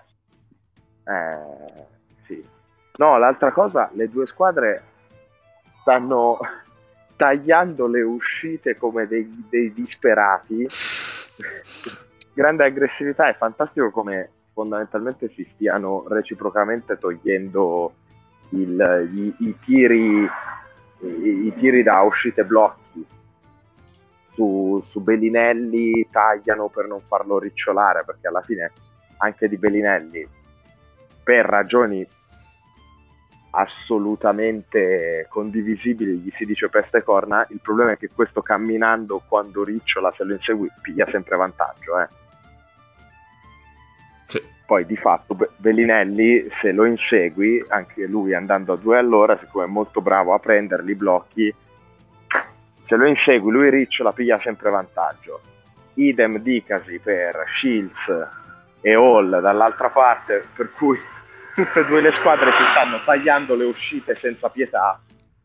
Sì. No, l'altra cosa, le due squadre stanno tagliando le uscite come dei disperati. Grande aggressività, è fantastico come fondamentalmente si stiano reciprocamente togliendo i tiri da uscite blocchi. Su Bellinelli tagliano per non farlo ricciolare, perché alla fine anche di Bellinelli, per ragioni assolutamente condivisibili, gli si dice peste e corna. Il problema è che questo camminando, quando ricciola, se lo insegui, piglia sempre vantaggio, Sì. Poi di fatto Bellinelli, se lo insegui, anche lui andando a 2 all'ora, siccome è molto bravo a prenderli i blocchi, se lo insegui, lui ricciola, piglia sempre vantaggio. Idem dicasi per Shields e Hall dall'altra parte, per cui tutte e due le squadre si stanno tagliando le uscite senza pietà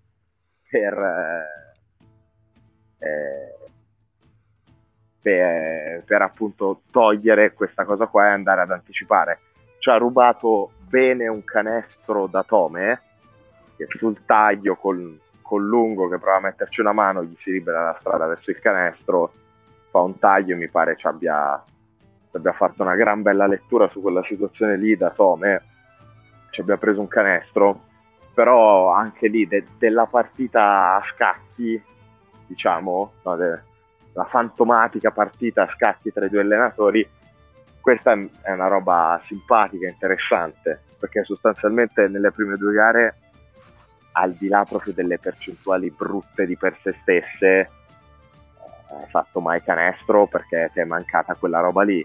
per appunto togliere questa cosa qua e andare ad anticipare. Ci ha rubato bene un canestro da Tome, che sul taglio col lungo che prova a metterci una mano gli si libera la strada verso il canestro, fa un taglio e mi pare ci abbia fatto una gran bella lettura su quella situazione lì da Tome, ci abbia preso un canestro. Però anche lì della partita a scacchi, diciamo, no, la fantomatica partita a scacchi tra i due allenatori, questa è una roba simpatica, interessante, perché sostanzialmente nelle prime 2 gare, al di là proprio delle percentuali brutte di per sé stesse, hai fatto mai canestro perché ti è mancata quella roba lì.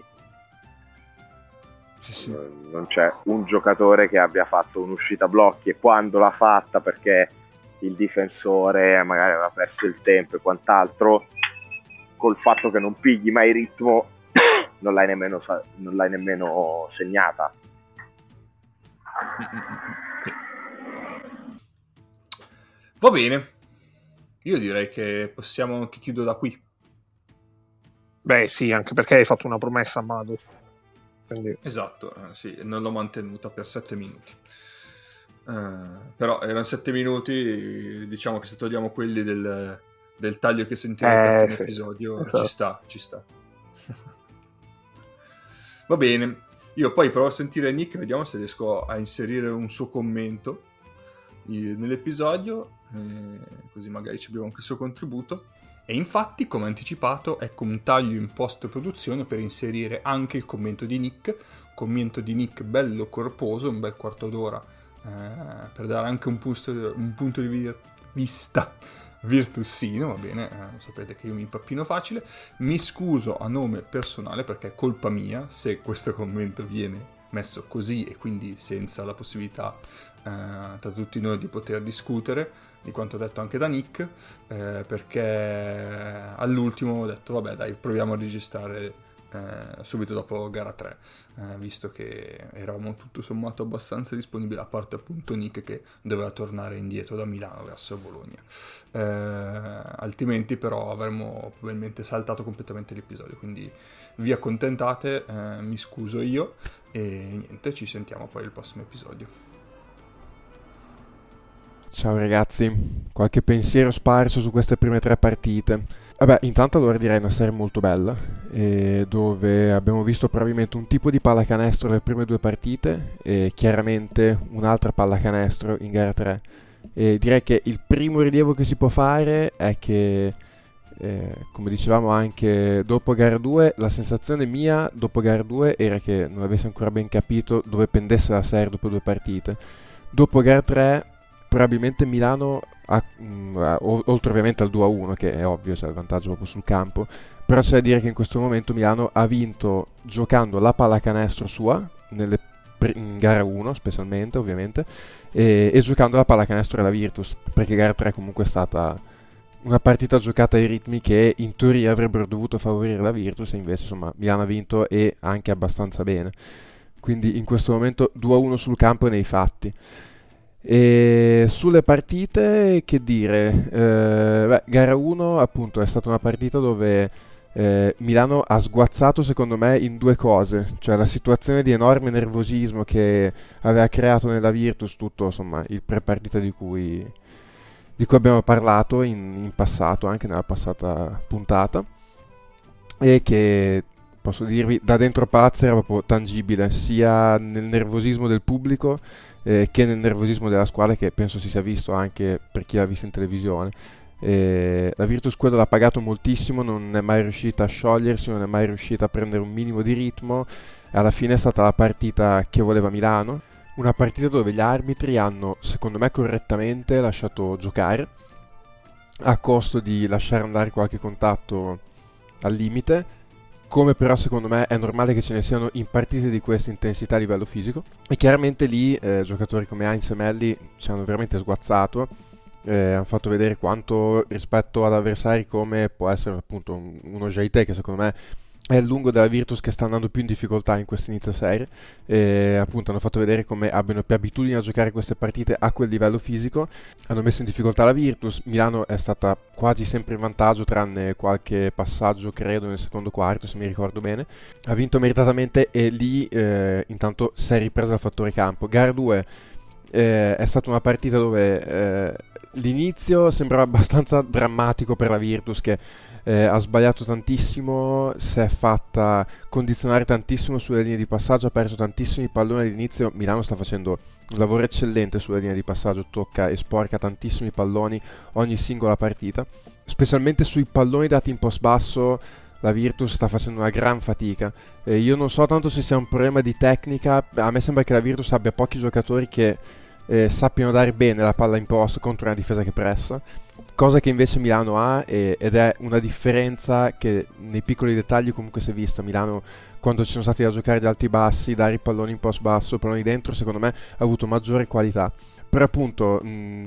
Sì. Non c'è un giocatore che abbia fatto un'uscita blocchi, e quando l'ha fatta perché il difensore magari aveva perso il tempo e quant'altro, col fatto che non pigli mai ritmo, non l'hai nemmeno segnata. Va bene, io direi che possiamo anche chiudere da qui. Beh sì, anche perché hai fatto una promessa a Madu. Quindi... Esatto, sì, non l'ho mantenuta per 7 minuti. Però erano 7 minuti, diciamo che se togliamo quelli del taglio che sentirete a fine episodio, esatto. ci sta. Va bene, io poi provo a sentire Nick, vediamo se riesco a inserire un suo commento nell'episodio, così magari ci abbiamo anche il suo contributo. E infatti, come anticipato, ecco un taglio in post-produzione per inserire anche il commento di Nick bello corposo, un bel quarto d'ora, per dare anche un punto di vista virtussino, va bene, sapete che io mi impappino facile. Mi scuso a nome personale perché è colpa mia se questo commento viene messo così e quindi senza la possibilità tra tutti noi di poter discutere di quanto detto anche da Nick, perché all'ultimo ho detto vabbè dai, proviamo a registrare subito dopo gara 3, visto che eravamo tutto sommato abbastanza disponibili, a parte appunto Nick che doveva tornare indietro da Milano verso Bologna, altrimenti però avremmo probabilmente saltato completamente l'episodio, quindi vi accontentate, mi scuso io e niente, ci sentiamo poi al prossimo episodio. Ciao ragazzi, qualche pensiero sparso su queste prime 3 partite. Vabbè, intanto allora direi una serie molto bella, dove abbiamo visto probabilmente un tipo di pallacanestro nelle prime 2 partite e chiaramente un'altra pallacanestro in gara 3. E direi che il primo rilievo che si può fare è che, come dicevamo anche dopo gara 2, la sensazione mia dopo gara 2 era che non avessi ancora ben capito dove pendesse la serie dopo 2 partite. Dopo gara 3 probabilmente Milano, oltre ovviamente al 2-1, che è ovvio, c'è il vantaggio proprio sul campo, però c'è da dire che in questo momento Milano ha vinto giocando la pallacanestro sua, in gara 1 specialmente ovviamente, e giocando la pallacanestro della Virtus, perché gara 3 comunque è stata una partita giocata ai ritmi che in teoria avrebbero dovuto favorire la Virtus, e invece insomma Milano ha vinto e anche abbastanza bene. Quindi in questo momento 2-1 sul campo e nei fatti. E sulle partite, che dire, gara 1 appunto è stata una partita dove Milano ha sguazzato secondo me in 2 cose, cioè la situazione di enorme nervosismo che aveva creato nella Virtus tutto insomma il pre-partita di cui abbiamo parlato in passato, anche nella passata puntata, e che posso dirvi da dentro palazzo era proprio tangibile sia nel nervosismo del pubblico che nel nervosismo della squadra, che penso si sia visto anche per chi l'ha visto in televisione. La Virtus quello l'ha pagato moltissimo, non è mai riuscita a sciogliersi, non è mai riuscita a prendere un minimo di ritmo, e alla fine è stata la partita che voleva Milano, una partita dove gli arbitri hanno secondo me correttamente lasciato giocare a costo di lasciare andare qualche contatto al limite, come però secondo me è normale che ce ne siano in partite di questa intensità a livello fisico, e chiaramente lì giocatori come Heinz e Melli ci hanno veramente sguazzato, hanno fatto vedere quanto rispetto ad avversari come può essere appunto uno Jaite, che secondo me è il lungo della Virtus che sta andando più in difficoltà in questo inizio serie, appunto hanno fatto vedere come abbiano più abitudine a giocare queste partite a quel livello fisico, hanno messo in difficoltà la Virtus. Milano è stata quasi sempre in vantaggio tranne qualche passaggio credo nel secondo quarto, se mi ricordo bene, ha vinto meritatamente, e lì intanto si è ripresa il fattore campo. Gara 2 è stata una partita dove l'inizio sembrava abbastanza drammatico per la Virtus, che ha sbagliato tantissimo, si è fatta condizionare tantissimo sulle linee di passaggio, ha perso tantissimi palloni all'inizio. Milano sta facendo un lavoro eccellente sulle linee di passaggio, tocca e sporca tantissimi palloni ogni singola partita, specialmente sui palloni dati in post basso. La Virtus sta facendo una gran fatica, io non so tanto se sia un problema di tecnica, a me sembra che la Virtus abbia pochi giocatori che sappiano dare bene la palla in post contro una difesa che pressa, cosa che invece Milano ha, ed è una differenza che nei piccoli dettagli comunque si è vista. Milano, quando ci sono stati da giocare di alti bassi, dare i palloni in post basso, palloni dentro, secondo me ha avuto maggiore qualità. Però appunto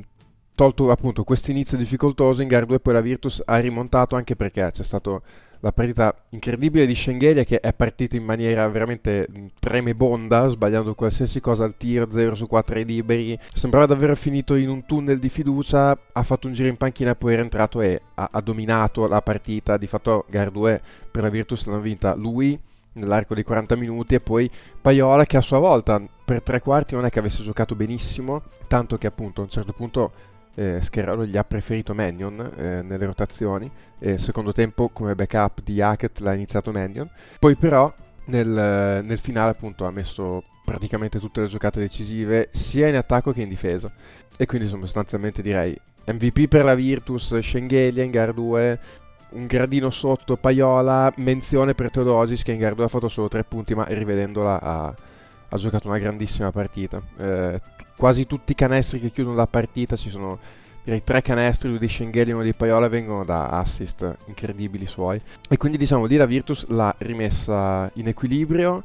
tolto appunto questo inizio difficoltoso, in gara 2 poi la Virtus ha rimontato, anche perché c'è stato la partita incredibile di Schengelia, che è partito in maniera veramente tremebonda, sbagliando qualsiasi cosa al tir, 0 su 4 ai liberi, sembrava davvero finito in un tunnel di fiducia. Ha fatto un giro in panchina e poi è rientrato e ha dominato la partita. Di fatto gara 2 per la Virtus l'hanno vinta lui nell'arco dei 40 minuti, e poi Paiola, che a sua volta per 3 quarti non è che avesse giocato benissimo, tanto che appunto a un certo punto Scheraro gli ha preferito Mannion nelle rotazioni, secondo tempo come backup di Hackett l'ha iniziato Mannion, poi però nel finale appunto ha messo praticamente tutte le giocate decisive sia in attacco che in difesa, e quindi sostanzialmente direi MVP per la Virtus Shengelia in gara 2, un gradino sotto Paiola, menzione per Teodosic che in gara 2 ha fatto solo 3 punti, ma rivedendola ha giocato una grandissima partita. Quasi tutti i canestri che chiudono la partita, ci sono direi 3 canestri, uno di Shengelia e uno di Paiola, vengono da assist incredibili suoi, e quindi diciamo lì la Virtus l'ha rimessa in equilibrio.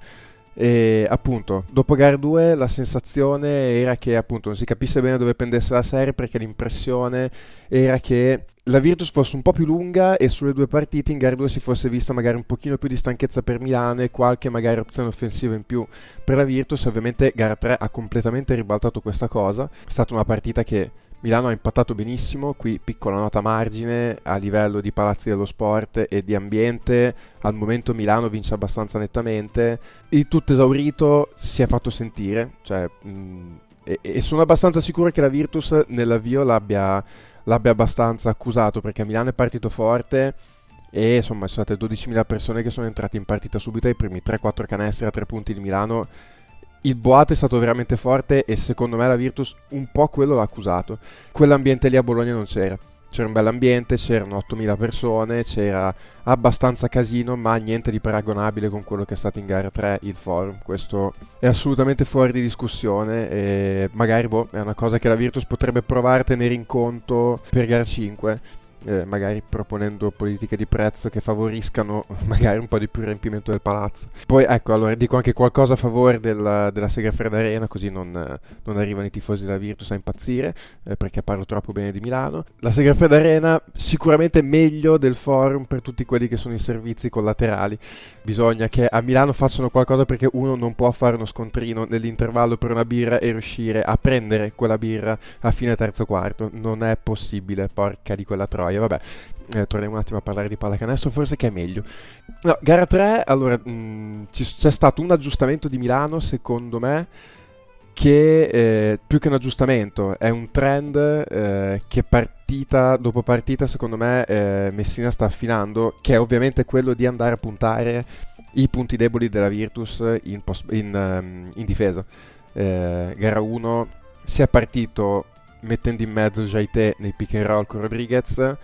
E appunto dopo gara 2 la sensazione era che appunto non si capisse bene dove pendesse la serie, perché l'impressione era che la Virtus fosse un po' più lunga e sulle 2 partite in gara 2 si fosse vista magari un pochino più di stanchezza per Milano e qualche magari opzione offensiva in più per la Virtus. Ovviamente gara 3 ha completamente ribaltato questa cosa, è stata una partita che Milano ha impattato benissimo, qui piccola nota margine a livello di palazzi dello sport e di ambiente, al momento Milano vince abbastanza nettamente, il tutto esaurito si è fatto sentire, cioè, e sono abbastanza sicuro che la Virtus nell'avvio l'abbia abbastanza accusato, perché Milano è partito forte e insomma ci sono state 12.000 persone che sono entrate in partita subito ai primi 3-4 canestri a 3 punti di Milano. Il boato è stato veramente forte e secondo me la Virtus un po' quello l'ha accusato. Quell'ambiente lì a Bologna non c'era. C'era un bell'ambiente, c'erano 8.000 persone, c'era abbastanza casino, ma niente di paragonabile con quello che è stato in gara 3 il Forum. Questo è assolutamente fuori di discussione e magari è una cosa che la Virtus potrebbe provare a tenere in conto per gara 5. Magari proponendo politiche di prezzo che favoriscano magari un po' di più il riempimento del palazzo. Poi ecco, allora dico anche qualcosa a favore della Segafredo Arena, così non arrivano i tifosi della Virtus a impazzire, perché parlo troppo bene di Milano. La Segafredo Arena sicuramente meglio del Forum per tutti quelli che sono i servizi collaterali. Bisogna che a Milano facciano qualcosa, perché uno non può fare uno scontrino nell'intervallo per una birra e riuscire a prendere quella birra a fine terzo quarto. Non è possibile, porca di quella troia. Vabbè, torniamo un attimo a parlare di pallacanestro, forse che è meglio. No, gara 3, allora c'è stato un aggiustamento di Milano, secondo me, che più che un aggiustamento è un trend che partita dopo partita secondo me Messina sta affinando, che è ovviamente quello di andare a puntare i punti deboli della Virtus in difesa. Gara 1 si è partito mettendo in mezzo Jaité nei pick and roll con Rodriguez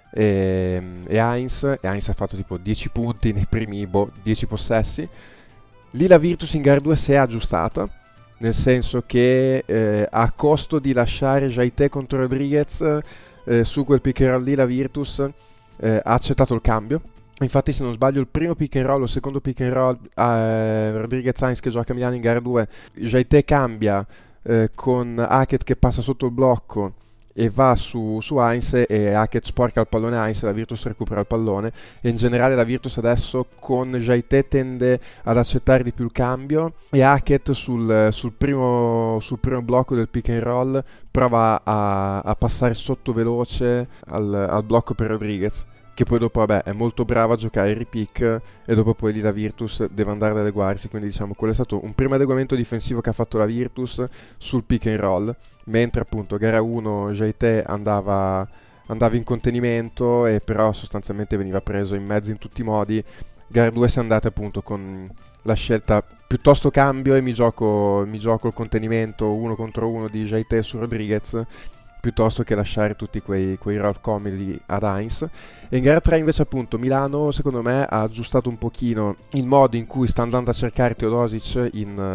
e Heinz ha fatto tipo 10 punti nei primi 10 possessi. Lì la Virtus in gara 2 si è aggiustata, nel senso che a costo di lasciare Jaité contro Rodriguez su quel pick and roll lì la Virtus ha accettato il cambio. Infatti, se non sbaglio, il primo pick and roll o il secondo pick and roll Rodriguez-Heinz che gioca a Milano in gara 2, Jaité cambia con Hackett che passa sotto il blocco e va su Heinz, e Hackett sporca il pallone a Heinz e la Virtus recupera il pallone. E in generale la Virtus adesso con Jaité tende ad accettare di più il cambio, e Hackett sul primo blocco del pick and roll prova a passare sotto veloce al blocco per Rodriguez, che poi dopo è molto brava a giocare il repick, e dopo poi lì la Virtus deve andare ad adeguarsi. Quindi diciamo quello è stato un primo adeguamento difensivo che ha fatto la Virtus sul pick and roll, mentre appunto gara 1 Jaité andava in contenimento e però sostanzialmente veniva preso in mezzo in tutti i modi. Gara 2 si è andata appunto con la scelta piuttosto cambio e mi gioco il contenimento 1 contro 1 di Jaité su Rodriguez, piuttosto che lasciare tutti quei roll comodi ad Heinz. E in gara 3 invece appunto Milano secondo me ha aggiustato un pochino il modo in cui sta andando a cercare Teodosic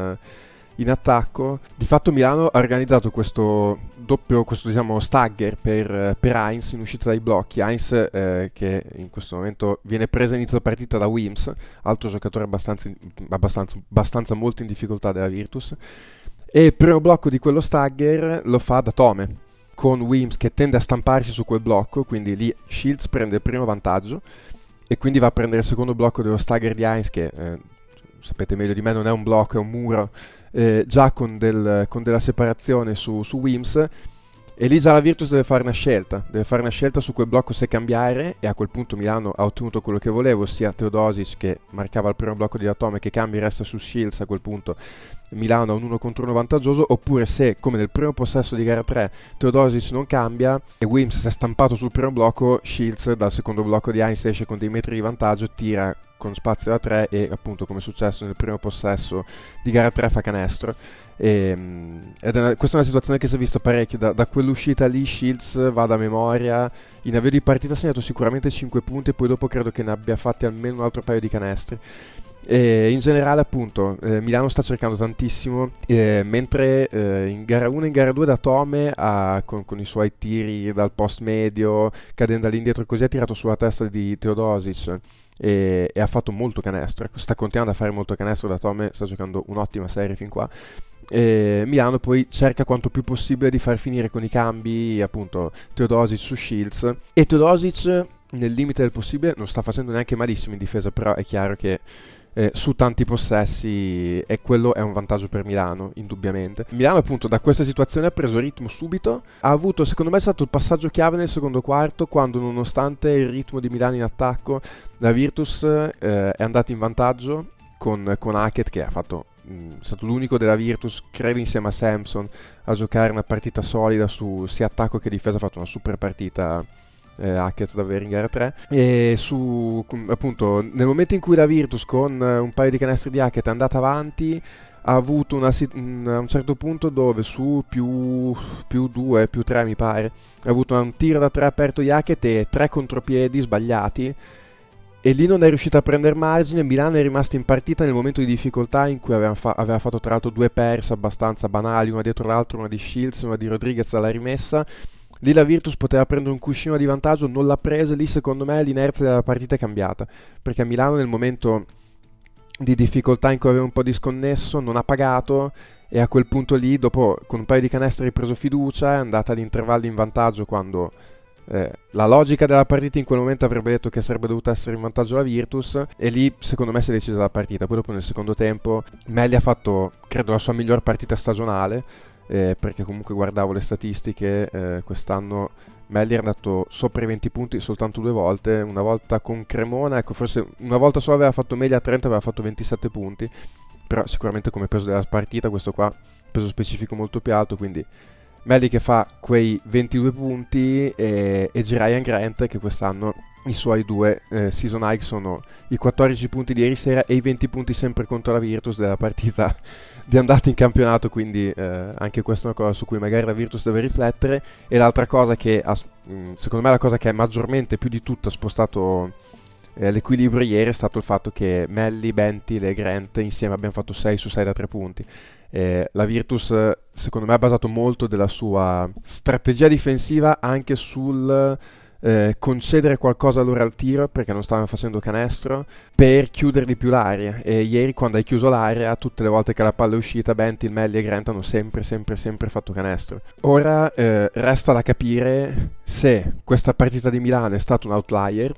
in attacco. Di fatto Milano ha organizzato questo diciamo stagger per Heinz in uscita dai blocchi. Heinz che in questo momento viene preso all'inizio partita da Wims, altro giocatore abbastanza molto in difficoltà della Virtus, e il primo blocco di quello stagger lo fa da Tome, con Wims che tende a stamparsi su quel blocco, quindi lì Shields prende il primo vantaggio e quindi va a prendere il secondo blocco dello stagger di Heinz, che sapete meglio di me non è un blocco, è un muro, già con della separazione su Wims, e lì già la Virtus deve fare una scelta su quel blocco se cambiare, e a quel punto Milano ha ottenuto quello che voleva, ossia Teodosic che marcava il primo blocco di Datome che cambia e resta su Shields. A quel punto Milano ha un 1 contro 1 vantaggioso, oppure se come nel primo possesso di gara 3 Teodosic non cambia e Wims si è stampato sul primo blocco, Shields dal secondo blocco di Heinz esce con dei metri di vantaggio, tira con spazio da 3 e appunto, come è successo nel primo possesso di gara 3, fa canestro. Questa è una situazione che si è vista parecchio da quell'uscita lì. Shields, va da memoria, in avvio di partita ha segnato sicuramente 5 punti e poi dopo credo che ne abbia fatti almeno un altro paio di canestri. E in generale appunto Milano sta cercando tantissimo, mentre in gara 1 e in gara 2 da Tome con i suoi tiri dal post medio, cadendo all'indietro così, ha tirato sulla testa di Teodosic e ha fatto molto canestro. Sta continuando a fare molto canestro da Tome, sta giocando un'ottima serie fin qua. Milano poi cerca quanto più possibile di far finire con i cambi appunto Teodosic su Shields, e Teodosic nel limite del possibile non sta facendo neanche malissimo in difesa, però è chiaro che su tanti possessi e quello è un vantaggio per Milano, indubbiamente. Milano appunto da questa situazione ha preso ritmo subito, ha avuto, secondo me è stato il passaggio chiave nel secondo quarto, quando nonostante il ritmo di Milano in attacco, la Virtus è andata in vantaggio con Hackett, che è stato l'unico della Virtus, credo insieme a Samson, a giocare una partita solida su sia attacco che difesa. Ha fatto una super partita Hackett davvero in gara 3, e appunto nel momento in cui la Virtus con un paio di canestri di Hackett è andata avanti, ha avuto a un certo punto dove su più 2, più 3 mi pare, ha avuto un tiro da 3 aperto di Hackett e 3 contropiedi sbagliati, e lì non è riuscita a prendere margine. Milano è rimasta in partita nel momento di difficoltà in cui aveva fatto tra l'altro 2 perse abbastanza banali, una dietro l'altra, una di Shields, una di Rodriguez alla rimessa. Lì la Virtus poteva prendere un cuscino di vantaggio, non l'ha presa. Lì secondo me l'inerzia della partita è cambiata, perché Milano nel momento di difficoltà in cui aveva un po' disconnesso non ha pagato, e a quel punto lì, dopo con un paio di canestri ha ripreso fiducia, è andata agli intervalli in vantaggio, quando la logica della partita in quel momento avrebbe detto che sarebbe dovuta essere in vantaggio la Virtus, e lì secondo me si è decisa la partita. Poi dopo nel secondo tempo Melli ha fatto credo la sua miglior partita stagionale, perché comunque guardavo le statistiche, quest'anno Melli è andato sopra i 20 punti soltanto 2 volte, una volta con Cremona, ecco, forse una volta solo aveva fatto meglio a 30, aveva fatto 27 punti, però sicuramente come peso della partita questo qua, peso specifico molto più alto, quindi Melli che fa quei 22 punti e Jerian Grant che quest'anno i suoi 2 season high sono i 14 punti di ieri sera e i 20 punti sempre contro la Virtus della partita di andata in campionato, quindi anche questa è una cosa su cui magari la Virtus deve riflettere. E l'altra cosa che secondo me la cosa che è maggiormente più di tutto ha spostato l'equilibrio ieri è stato il fatto che Melli, Bentil e Grant insieme abbiano fatto 6 su 6 da 3 punti. La Virtus secondo me ha basato molto della sua strategia difensiva anche sul concedere qualcosa loro al tiro, perché non stavano facendo canestro, per chiudere di più l'area. E ieri quando hai chiuso l'area, tutte le volte che la palla è uscita, Bentil, Melli e Grant hanno sempre fatto canestro. Ora resta da capire se questa partita di Milano è stata un outlier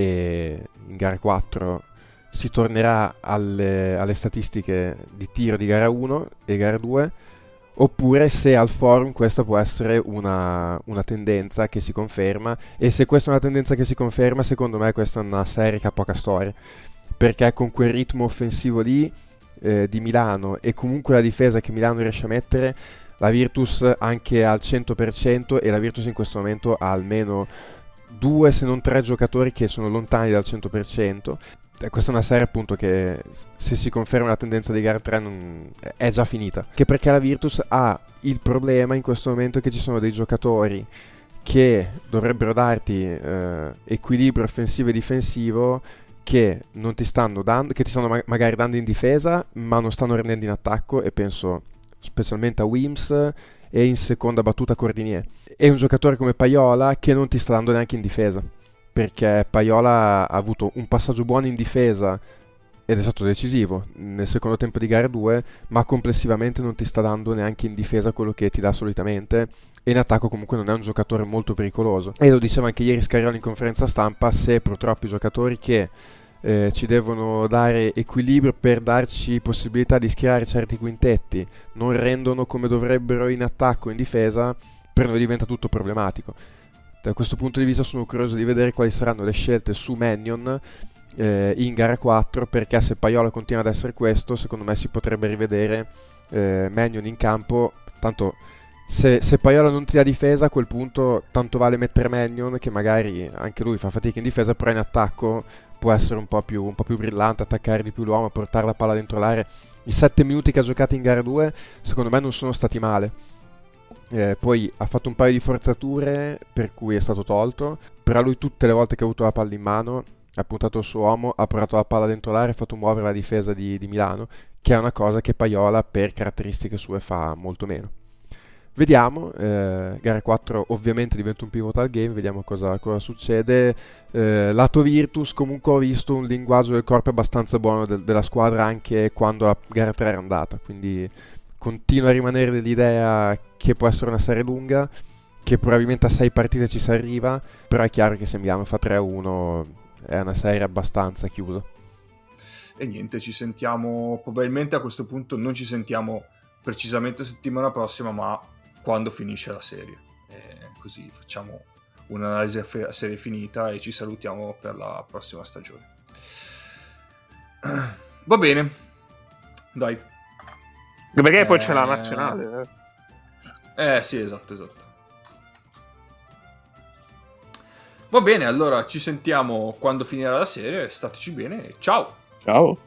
e in gara 4 si tornerà alle statistiche di tiro di gara 1 e gara 2, oppure se al forum questa può essere una tendenza che si conferma. E se questa è una tendenza che si conferma, secondo me questa è una serie che ha poca storia, perché con quel ritmo offensivo lì di Milano e comunque la difesa che Milano riesce a mettere, la Virtus anche al 100%, e la Virtus in questo momento ha almeno 2 se non 3 giocatori che sono lontani dal 100%. Questa è una serie appunto che se si conferma la tendenza di gara 3 è già finita, che perché la Virtus ha il problema in questo momento che ci sono dei giocatori che dovrebbero darti equilibrio offensivo e difensivo che non ti stanno dando, che ti stanno magari dando in difesa ma non stanno rendendo in attacco, e penso specialmente a Wims e in seconda battuta Cordinier, e un giocatore come Paiola che non ti sta dando neanche in difesa, perché Paiola ha avuto un passaggio buono in difesa ed è stato decisivo nel secondo tempo di gara 2, ma complessivamente non ti sta dando neanche in difesa quello che ti dà solitamente, e in attacco comunque non è un giocatore molto pericoloso. E lo diceva anche ieri Scariolo in conferenza stampa: se purtroppo i giocatori che ci devono dare equilibrio per darci possibilità di schierare certi quintetti non rendono come dovrebbero in attacco e in difesa, per noi diventa tutto problematico. Da questo punto di vista sono curioso di vedere quali saranno le scelte su Mannion in gara 4, perché se Paiola continua ad essere questo, secondo me si potrebbe rivedere Mannion in campo. Tanto se Paiola non ti dà difesa, a quel punto tanto vale mettere Mannion, che magari anche lui fa fatica in difesa, però in attacco può essere un po' più brillante, attaccare di più l'uomo, portare la palla dentro l'area. I 7 minuti che ha giocato in gara 2 secondo me non sono stati male. Poi ha fatto un paio di forzature per cui è stato tolto, però lui tutte le volte che ha avuto la palla in mano ha puntato il suo uomo, ha portato la palla dentro l'area e ha fatto muovere la difesa di Milano, che è una cosa che Paiola per caratteristiche sue fa molto meno. Vediamo, gara 4 ovviamente diventa un pivotal game, vediamo cosa succede. Lato Virtus comunque ho visto un linguaggio del corpo abbastanza buono della squadra anche quando la gara 3 era andata, quindi continua a rimanere dell'idea che può essere una serie lunga, che probabilmente a 6 partite ci si arriva, però è chiaro che se Milano fa 3-1 è una serie abbastanza chiusa. E niente, ci sentiamo, probabilmente a questo punto non ci sentiamo precisamente settimana prossima, ma quando finisce la serie, così facciamo un'analisi a serie finita e ci salutiamo per la prossima stagione. Va bene, dai, perché poi c'è la nazionale. Sì, esatto. Va bene, allora ci sentiamo quando finirà la serie, stateci bene, ciao.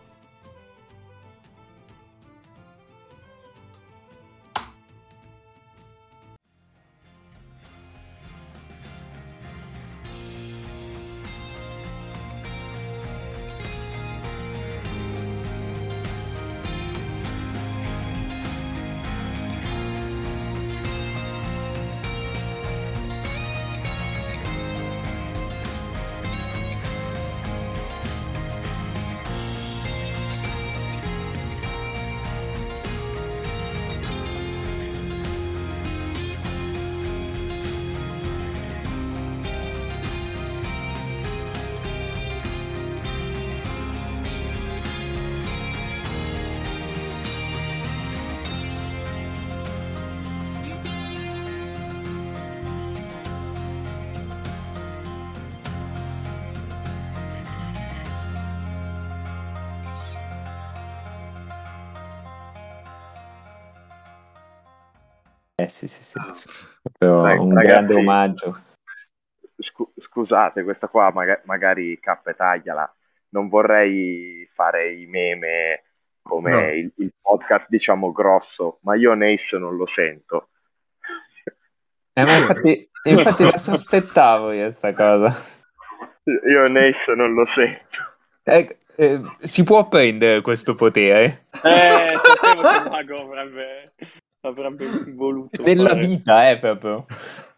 Sì. Però un Ragazzi, grande omaggio. Scusate, questa qua magari cappa e tagliala. Non vorrei fare i meme come No. il podcast, diciamo, grosso, ma io Nace non lo sento. Ma infatti la sospettavo io sta cosa. Io Nace non lo sento. Si può prendere questo potere? Sapevo che Mago avrebbe voluto Nella fare. vita, proprio.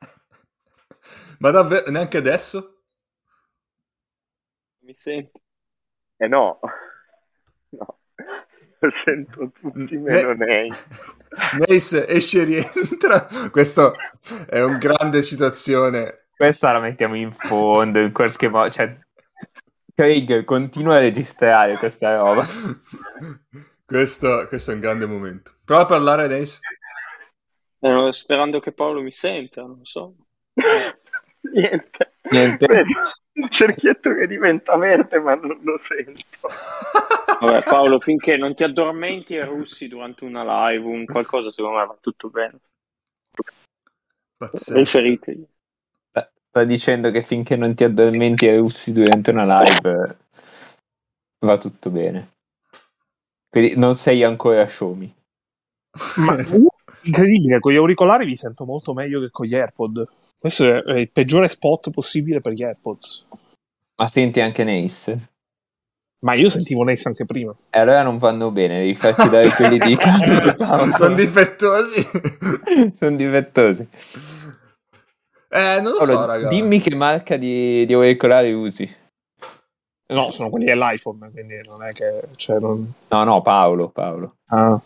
Ma davvero, neanche adesso? Mi senti? No, lo sento tutti meno Nace. Nace esce e rientra. Questo è un grande citazione. Questa la mettiamo in fondo in qualche modo, cioè Craig continua a registrare questa roba. Questo è un grande momento. Prova a parlare, Nace. Sperando che Paolo mi senta, non so. Niente. Un cerchietto che diventa verde, ma non lo sento. Vabbè, Paolo, finché non ti addormenti e russi durante una live, un qualcosa, secondo me va tutto bene. Pazzesco. Riferitevi. Sta dicendo che finché non ti addormenti e russi durante una live va tutto bene. Quindi non sei ancora Xiaomi. Ma incredibile, con gli auricolari vi sento molto meglio che con gli AirPod. Questo è il peggiore spot possibile per gli AirPods. Ma senti anche Nace? Ma io sentivo Nace anche prima. E allora non vanno bene, devi farti dare quelli di Paolo. Sono difettosi. Sono difettosi. Non lo so, raga. Dimmi che marca di auricolari usi. No, sono quelli dell'iPhone, quindi non è che... Cioè, non... No, Paolo. Ah.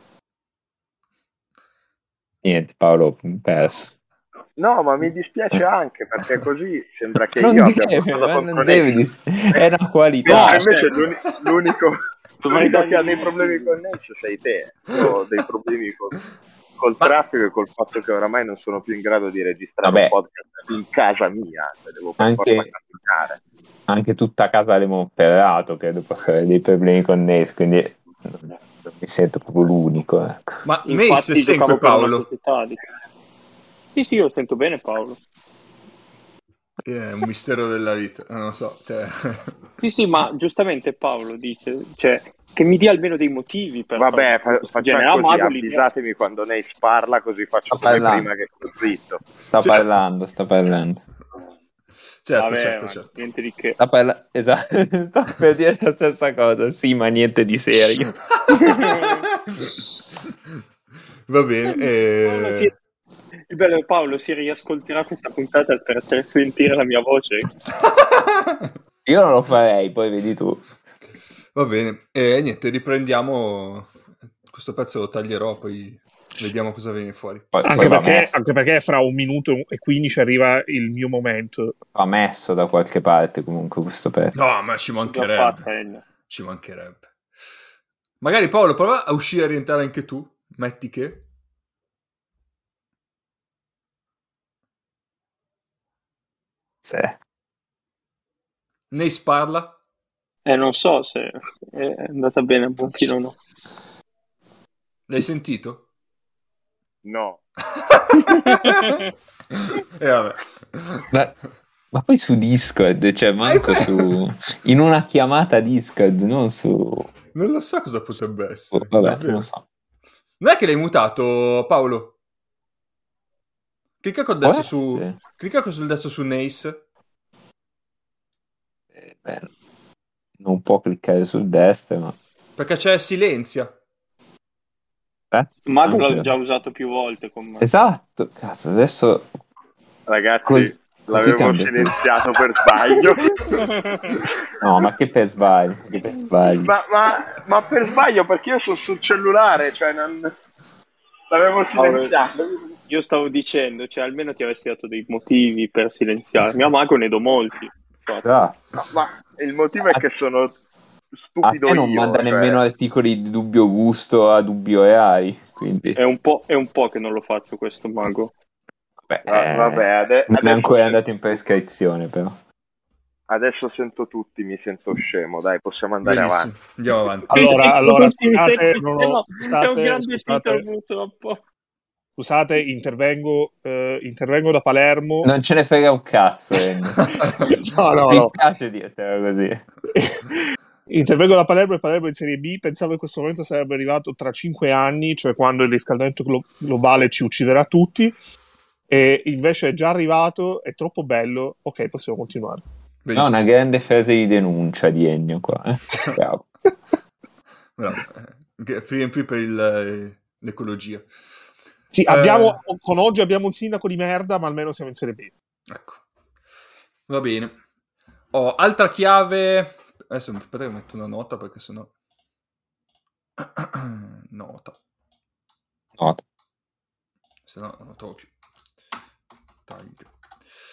Niente, Paolo perso. No, ma mi dispiace anche, perché così sembra che Non io abbia deve, qualcosa non contro devi Nace. è una qualità. No, invece l'unico che ha dei problemi con Nace sei te. Io ho dei problemi col traffico e col fatto che oramai non sono più in grado di registrare un podcast in casa mia, cioè devo per forza camminare. Anche tutta casa l'abbiamo operato, credo possa avere dei problemi con Nace, quindi non mi sento proprio l'unico. Ecco. Ma Nace sempre Paolo? Sì, io lo sento bene, Paolo. È un mistero della vita, non lo so. Cioè... Sì, ma giustamente Paolo dice, cioè, che mi dia almeno dei motivi per Vabbè, fare questo genere. facciamo così, Mago li dia. avvisatemi quando Nace parla, così faccio Sta come parlando. prima che sto zitto. Sta Certo. parlando, sta parlando. Certo, Vabbè, certo, ma certo. niente di che. Esatto, sta per dire la stessa cosa. Sì, ma niente di serio. Va bene. Il bello è Paolo si riascolterà questa puntata per sentire la mia voce. Io non lo farei, poi vedi tu. Va bene. E niente, riprendiamo. Questo pezzo lo taglierò, poi vediamo cosa viene fuori. Anche va perché, messo, anche perché fra 1 minuto e 15 arriva il mio momento. va messo da qualche parte comunque questo pezzo. No, ma ci Già mancherebbe. fatta, Ennio. Ci mancherebbe. Magari Paolo, prova a uscire e a rientrare anche tu. Metti che. Sì. Nace parla. Non so se è andata bene a buon fine o no. L'hai sentito? No. E vabbè. Ma poi su Discord, cioè manco in una chiamata Discord, non su... Non lo so cosa potrebbe essere. Vabbè, davvero. non lo so. Non è che l'hai mutato, Paolo? Clicca col Può destro su. essere. Clicca sul destro su Nace. Beh, non può cliccare sul destro, ma... Perché c'è silenzia. Mago l'ho Anche- già usato più volte con me. Esatto, cazzo, adesso... Ragazzi, Così l'avevo cambia tutto. silenziato per sbaglio. No, ma che per sbaglio, che per sbaglio. ma per sbaglio, perché io sono sul cellulare, cioè non... L'avevo silenziato. Io stavo dicendo, cioè almeno ti avresti dato dei motivi per silenziarmi. A Mago ne do molti. Esatto. No, ma il motivo è che sono A stupido te non io. manda cioè... nemmeno articoli di dubbio gusto a dubbio AI, quindi... È un po' che non lo faccio questo Mago. Vabbè, non è ancora adesso andato in prescrizione, però. Adesso sento tutti, mi sento scemo. Dai, possiamo andare Benissimo. avanti. Andiamo avanti. Allora, Tutti mi scusate, sentono- non ho- è un grande scusate. sito purtroppo. Scusate, intervengo da Palermo. Non ce ne frega un cazzo, Ennio. No. Mi piace dirtelo così. Intervengo da Palermo e Palermo in Serie B. Pensavo che questo momento sarebbe arrivato tra 5 anni, cioè quando il riscaldamento globale ci ucciderà tutti, e invece è già arrivato, è troppo bello. Ok, possiamo continuare. No, una grande frase di denuncia di Ennio qua. Bravo. Bravo. Prima in più per l'ecologia. Sì, con oggi abbiamo un sindaco di merda, ma almeno siamo in Serie B. Ecco. Va bene. Altra chiave. Adesso aspetta che metto una nota perché sennò. Nota. Se no non lo trovo più. Taglio.